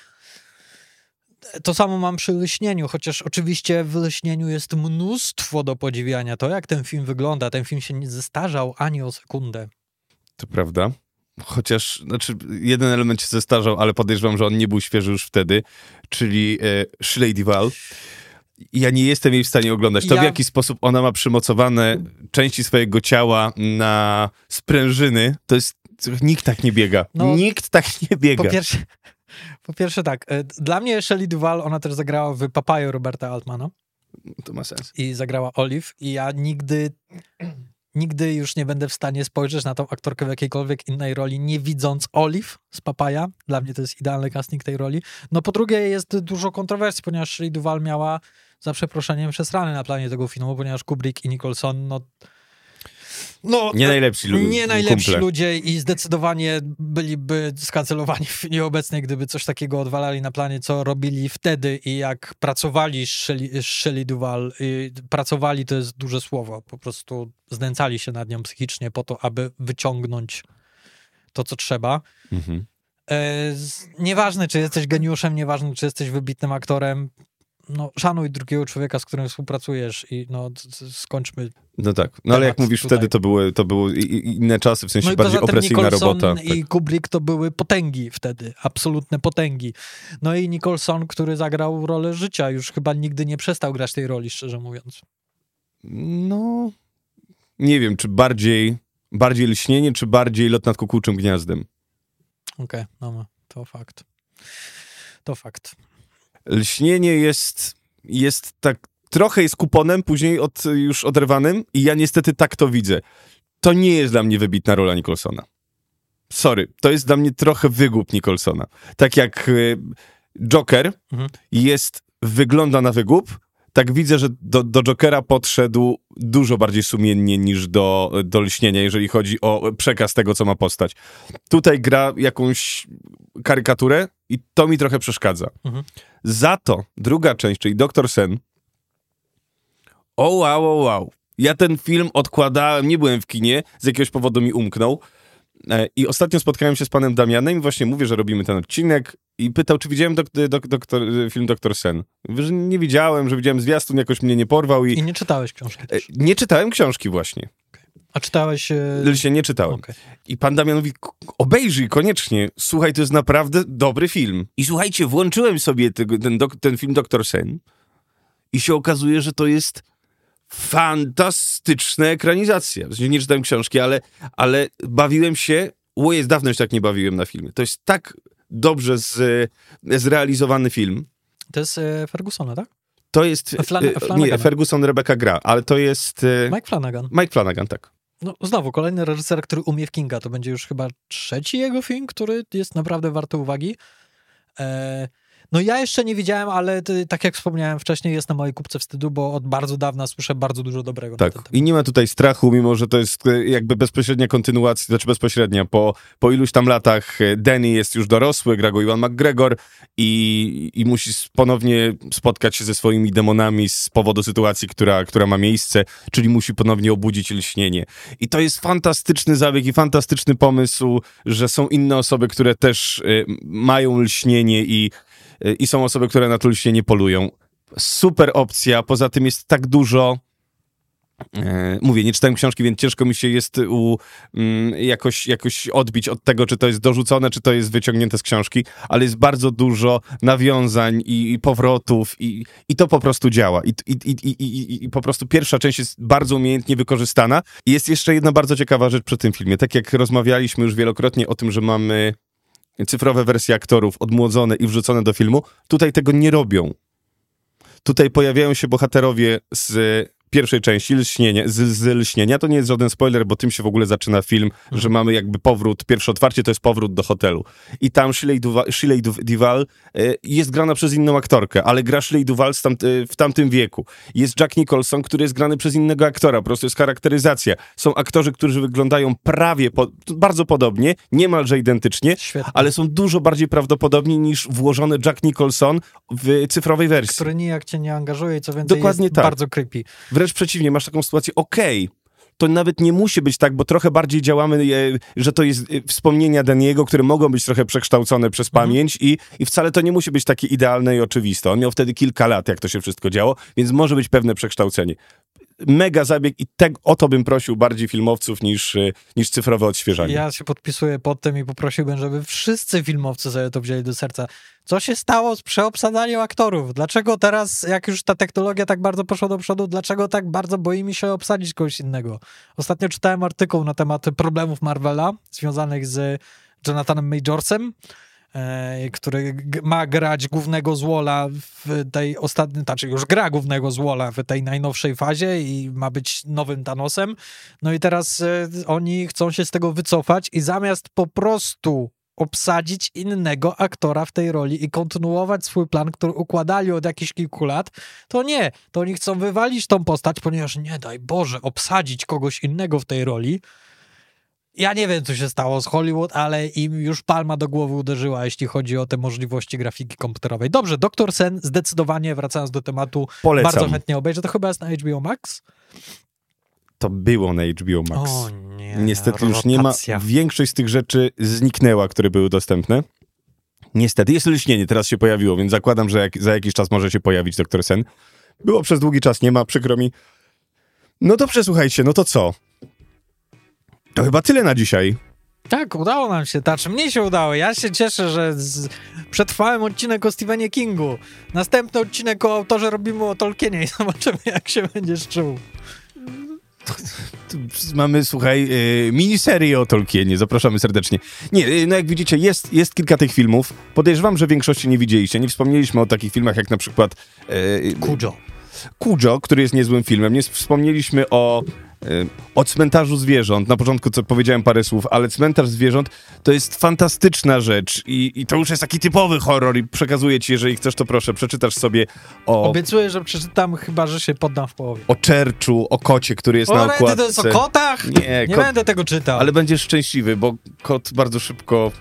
to samo mam przy Lśnieniu, chociaż oczywiście w Lśnieniu jest mnóstwo do podziwiania. To, jak ten film wygląda, ten film się nie zestarzał ani o sekundę. To prawda. Chociaż, jeden element się zestarzał, ale podejrzewam, że on nie był świeży już wtedy, czyli Shelley Duvall. Ja nie jestem jej w stanie oglądać. To w jaki sposób ona ma przymocowane części swojego ciała na sprężyny, to jest... Nikt tak nie biega. Nikt tak nie biega. Po pierwsze tak, dla mnie Shelley Duvall, ona też zagrała w Papaju Roberta Altmana. To ma sens. I zagrała Olive i ja nigdy nigdy już nie będę w stanie spojrzeć na tą aktorkę w jakiejkolwiek innej roli, nie widząc Olive z Papaya. Dla mnie to jest idealny casting tej roli. No po drugie jest dużo kontrowersji, ponieważ Shelley Duvall miała, za przeproszeniem, przesrane na planie tego filmu, ponieważ Kubrick i Nicholson, nie najlepsi ludzie. Nie najlepsi ludzie i zdecydowanie byliby skancelowani w chwili obecnej, gdyby coś takiego odwalali na planie, co robili wtedy i jak pracowali z Shelley Duvall. Pracowali to jest duże słowo. Po prostu znęcali się nad nią psychicznie po to, aby wyciągnąć to, co trzeba. Mhm. Nieważne, czy jesteś geniuszem, nieważne, czy jesteś wybitnym aktorem, szanuj drugiego człowieka, z którym współpracujesz i skończmy. No tak, ale jak mówisz, tutaj. Wtedy to były inne czasy, w sensie bardziej opresyjna robota. I Kubrick to były potęgi wtedy, absolutne potęgi. No i Nicholson, który zagrał rolę życia, już chyba nigdy nie przestał grać tej roli, szczerze mówiąc. No, nie wiem, czy bardziej Lśnienie, czy bardziej Lot nad kukułczym gniazdem. Okej, to fakt. To fakt. Lśnienie jest tak, trochę jest kuponem, później już oderwanym i ja niestety tak to widzę. To nie jest dla mnie wybitna rola Nicholsona. Sorry, to jest dla mnie trochę wygłup Nicholsona. Tak jak Joker wygląda na wygłup, tak widzę, że do Jokera podszedł dużo bardziej sumiennie niż do Lśnienia, jeżeli chodzi o przekaz tego, co ma postać. Tutaj gra jakąś karykaturę i to mi trochę przeszkadza. Za to druga część, czyli Dr. Sen, wow. Ja ten film odkładałem, nie byłem w kinie, z jakiegoś powodu mi umknął. I ostatnio spotkałem się z panem Damianem i właśnie mówię, że robimy ten odcinek i pytał, czy widziałem film Dr. Sen. Mówię, że nie widziałem, że widziałem zwiastun, jakoś mnie nie porwał. I nie czytałeś książki też? Nie czytałem książki właśnie. Okay. A czytałeś... Lśnienie nie czytałem. Okay. I pan Damian mówi, obejrzyj koniecznie, słuchaj, to jest naprawdę dobry film. I słuchajcie, włączyłem sobie ten film Dr. Sen i się okazuje, że to jest fantastyczna ekranizacja. Nie czytałem książki, ale bawiłem się, jest dawno już tak nie bawiłem na filmie. To jest tak dobrze zrealizowany film. To jest Fergusona, tak? To jest... nie, Ferguson, Rebecca gra, ale to jest... Mike Flanagan. Mike Flanagan, tak. No znowu, kolejny reżyser, który umie w Kinga. To będzie już chyba trzeci jego film, który jest naprawdę warty uwagi. No ja jeszcze nie widziałem, ale tak jak wspomniałem wcześniej, jest na mojej kupce wstydu, bo od bardzo dawna słyszę bardzo dużo dobrego. Tak, i nie ma tutaj strachu, mimo że to jest jakby bezpośrednia kontynuacja, znaczy bezpośrednia. Po iluś tam latach Danny jest już dorosły, gra go Ewan McGregor i musi ponownie spotkać się ze swoimi demonami z powodu sytuacji, która ma miejsce, czyli musi ponownie obudzić lśnienie. I to jest fantastyczny zabieg i fantastyczny pomysł, że są inne osoby, które też mają lśnienie i są osoby, które na to lśnienie polują. Super opcja, poza tym jest tak dużo... Mówię, nie czytałem książki, więc ciężko mi się jest jakoś odbić od tego, czy to jest dorzucone, czy to jest wyciągnięte z książki, ale jest bardzo dużo nawiązań i powrotów i to po prostu działa. I po prostu pierwsza część jest bardzo umiejętnie wykorzystana. I jest jeszcze jedna bardzo ciekawa rzecz przy tym filmie. Tak jak rozmawialiśmy już wielokrotnie o tym, że mamy cyfrowe wersje aktorów odmłodzone i wrzucone do filmu, tutaj tego nie robią. Tutaj pojawiają się bohaterowie z pierwszej części z Lśnienia. To nie jest żaden spoiler, bo tym się w ogóle zaczyna film, że mamy jakby powrót, pierwsze otwarcie to jest powrót do hotelu. I tam Shelley Duvall jest grana przez inną aktorkę, ale gra Shelley Duvall w tamtym wieku. Jest Jack Nicholson, który jest grany przez innego aktora, po prostu jest charakteryzacja. Są aktorzy, którzy wyglądają bardzo podobnie, niemalże identycznie, świetnie, ale są dużo bardziej prawdopodobni niż włożony Jack Nicholson w cyfrowej wersji. Który nijak cię nie angażuje i co więcej dokładnie jest tak. Bardzo creepy. Wręcz przeciwnie, masz taką sytuację, to nawet nie musi być tak, bo trochę bardziej działamy, że to jest wspomnienia Daniego, które mogą być trochę przekształcone przez pamięć i wcale to nie musi być takie idealne i oczywiste. On miał wtedy kilka lat, jak to się wszystko działo, więc może być pewne przekształcenie. Mega zabieg i o to bym prosił bardziej filmowców niż cyfrowe odświeżanie. Ja się podpisuję pod tym i poprosiłbym, żeby wszyscy filmowcy sobie to wzięli do serca. Co się stało z przeobsadaniem aktorów? Dlaczego teraz, jak już ta technologia tak bardzo poszła do przodu, dlaczego tak bardzo boimy się obsadzić kogoś innego? Ostatnio czytałem artykuł na temat problemów Marvela związanych z Jonathanem Majorsem, który ma grać głównego złola w tej ostatniej, znaczy już gra głównego złola w tej najnowszej fazie i ma być nowym Thanosem. No i teraz oni chcą się z tego wycofać i zamiast po prostu obsadzić innego aktora w tej roli i kontynuować swój plan, który układali od jakichś kilku lat, to nie. To oni chcą wywalić tą postać, ponieważ nie daj Boże, obsadzić kogoś innego w tej roli. Ja nie wiem, co się stało z Hollywood, ale im już palma do głowy uderzyła, jeśli chodzi o te możliwości grafiki komputerowej. Dobrze, Dr. Sen zdecydowanie, wracając do tematu, Polecam. bardzo chętnie obejrzę. To chyba jest na HBO Max? To było na HBO Max. O nie, Niestety już nie ma. Większość z tych rzeczy zniknęła, które były dostępne. Niestety. Jest lśnienie, teraz się pojawiło, więc zakładam, że za jakiś czas może się pojawić Dr. Sen. Było przez długi czas, nie ma, przykro mi. No dobrze, słuchajcie, no to co? To chyba tyle na dzisiaj. Tak, udało nam się. Znaczy, mnie się udało. Ja się cieszę, że przetrwałem odcinek o Stephenie Kingu. Następny odcinek o autorze robimy o Tolkienie i zobaczymy, jak się będziesz czuł. Mamy, słuchaj, miniserię o Tolkienie. Zapraszamy serdecznie. Nie, no jak widzicie, jest kilka tych filmów. Podejrzewam, że większości nie widzieliście. Nie wspomnieliśmy o takich filmach jak na przykład Cujo, który jest niezłym filmem. Nie wspomnieliśmy o Cmentarzu Zwierząt. Na początku powiedziałem parę słów, ale Cmentarz Zwierząt to jest fantastyczna rzecz i to już jest taki typowy horror i przekazuję ci, jeżeli chcesz, to proszę, przeczytasz sobie o... Obiecuję, że przeczytam, chyba że się poddam w połowie. O Churchu, o kocie, który jest na okładce. To jest o kotach? Nie będę tego czytał. Ale będziesz szczęśliwy, bo kot bardzo szybko...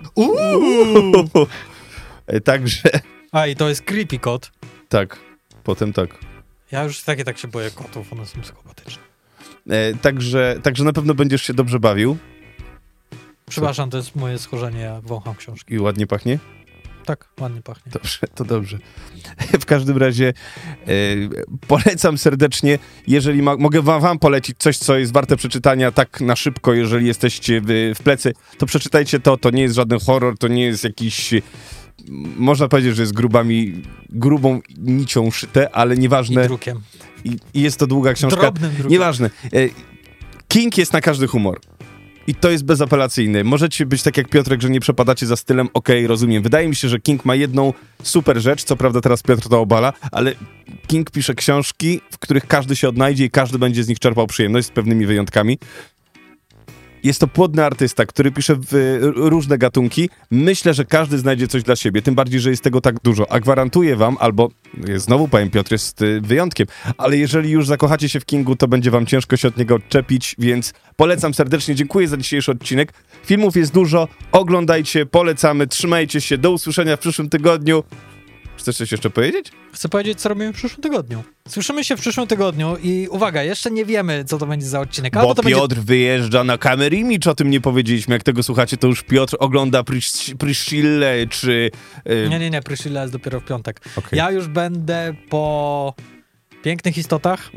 Także... A, i to jest creepy kot. Tak, potem tak. Ja już tak się boję kotów, one są psychopatyczne. Także na pewno będziesz się dobrze bawił. Przepraszam, to jest moje schorzenie, ja wącham książki. I ładnie pachnie? Tak, ładnie pachnie. Dobrze, to dobrze. W każdym razie polecam serdecznie, jeżeli mogę wam polecić coś, co jest warte przeczytania tak na szybko, jeżeli jesteście w plecy, to przeczytajcie to nie jest żaden horror, to nie jest jakiś... Można powiedzieć, że jest grubą nicią szyte, ale nieważne. I drukiem. I jest to długa książka. Drobnym drukiem. Nieważne. King jest na każdy humor. I to jest bezapelacyjne. Możecie być tak jak Piotrek, że nie przepadacie za stylem, okej, rozumiem. Wydaje mi się, że King ma jedną super rzecz, co prawda teraz Piotr to obala, ale King pisze książki, w których każdy się odnajdzie i każdy będzie z nich czerpał przyjemność, z pewnymi wyjątkami. Jest to płodny artysta, który pisze w różne gatunki. Myślę, że każdy znajdzie coś dla siebie, tym bardziej, że jest tego tak dużo. A gwarantuję wam, albo znowu powiem, Piotr jest wyjątkiem, ale jeżeli już zakochacie się w Kingu, to będzie wam ciężko się od niego odczepić, więc polecam serdecznie. Dziękuję za dzisiejszy odcinek. Filmów jest dużo, oglądajcie, polecamy, trzymajcie się. Do usłyszenia w przyszłym tygodniu. Chcesz coś jeszcze powiedzieć? Chcę powiedzieć, co robimy w przyszłym tygodniu. Słyszymy się w przyszłym tygodniu i uwaga, jeszcze nie wiemy, co to będzie za odcinek. Bo to Piotr wyjeżdża na Camera Image, o tym nie powiedzieliśmy. Jak tego słuchacie, to już Piotr ogląda Priscillę, czy... Nie, Priscilla jest dopiero w piątek. Okay. Ja już będę po Pięknych Istotach,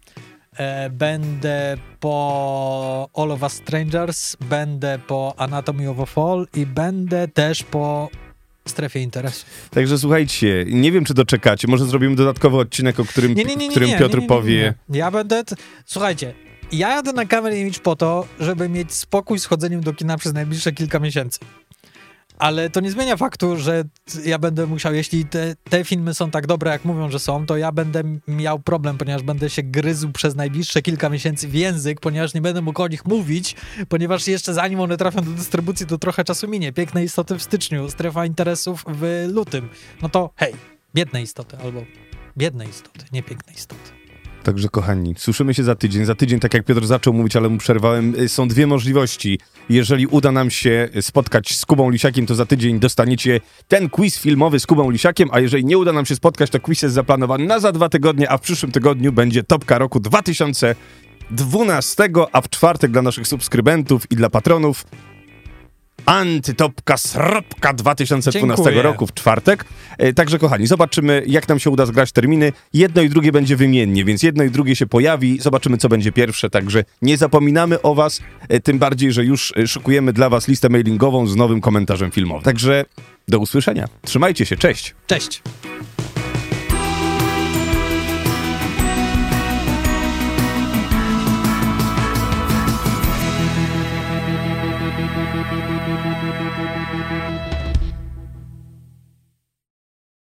będę po All of Us Strangers, będę po Anatomy of a Fall i będę też po Strefie Interesu. Także słuchajcie, nie wiem, czy doczekacie. Może zrobimy dodatkowy odcinek, o którym Piotr powie. Ja będę... Słuchajcie, ja jadę na Camera Image po to, żeby mieć spokój z chodzeniem do kina przez najbliższe kilka miesięcy. Ale to nie zmienia faktu, że ja będę musiał, jeśli te filmy są tak dobre, jak mówią, że są, to ja będę miał problem, ponieważ będę się gryzł przez najbliższe kilka miesięcy w język, ponieważ nie będę mógł o nich mówić, ponieważ jeszcze zanim one trafią do dystrybucji, to trochę czasu minie. Piękne Istoty w styczniu, Strefa Interesów w lutym. No to hej, biedne istoty albo biedne istoty, nie piękne istoty. Także kochani, słyszymy się za tydzień. Za tydzień, tak jak Piotr zaczął mówić, ale mu przerwałem, są dwie możliwości. Jeżeli uda nam się spotkać z Kubą Lisiakiem, to za tydzień dostaniecie ten quiz filmowy z Kubą Lisiakiem, a jeżeli nie uda nam się spotkać, to quiz jest zaplanowany na za 2 tygodnie, a w przyszłym tygodniu będzie topka roku 2012, a w czwartek dla naszych subskrybentów i dla patronów Antytopka Sropka 2012 roku w czwartek. Także kochani, zobaczymy, jak nam się uda zgrać terminy. Jedno i drugie będzie wymiennie, więc jedno i drugie się pojawi. Zobaczymy, co będzie pierwsze, także nie zapominamy o was, tym bardziej, że już szykujemy dla was listę mailingową z nowym komentarzem filmowym. Także do usłyszenia. Trzymajcie się, cześć! Cześć!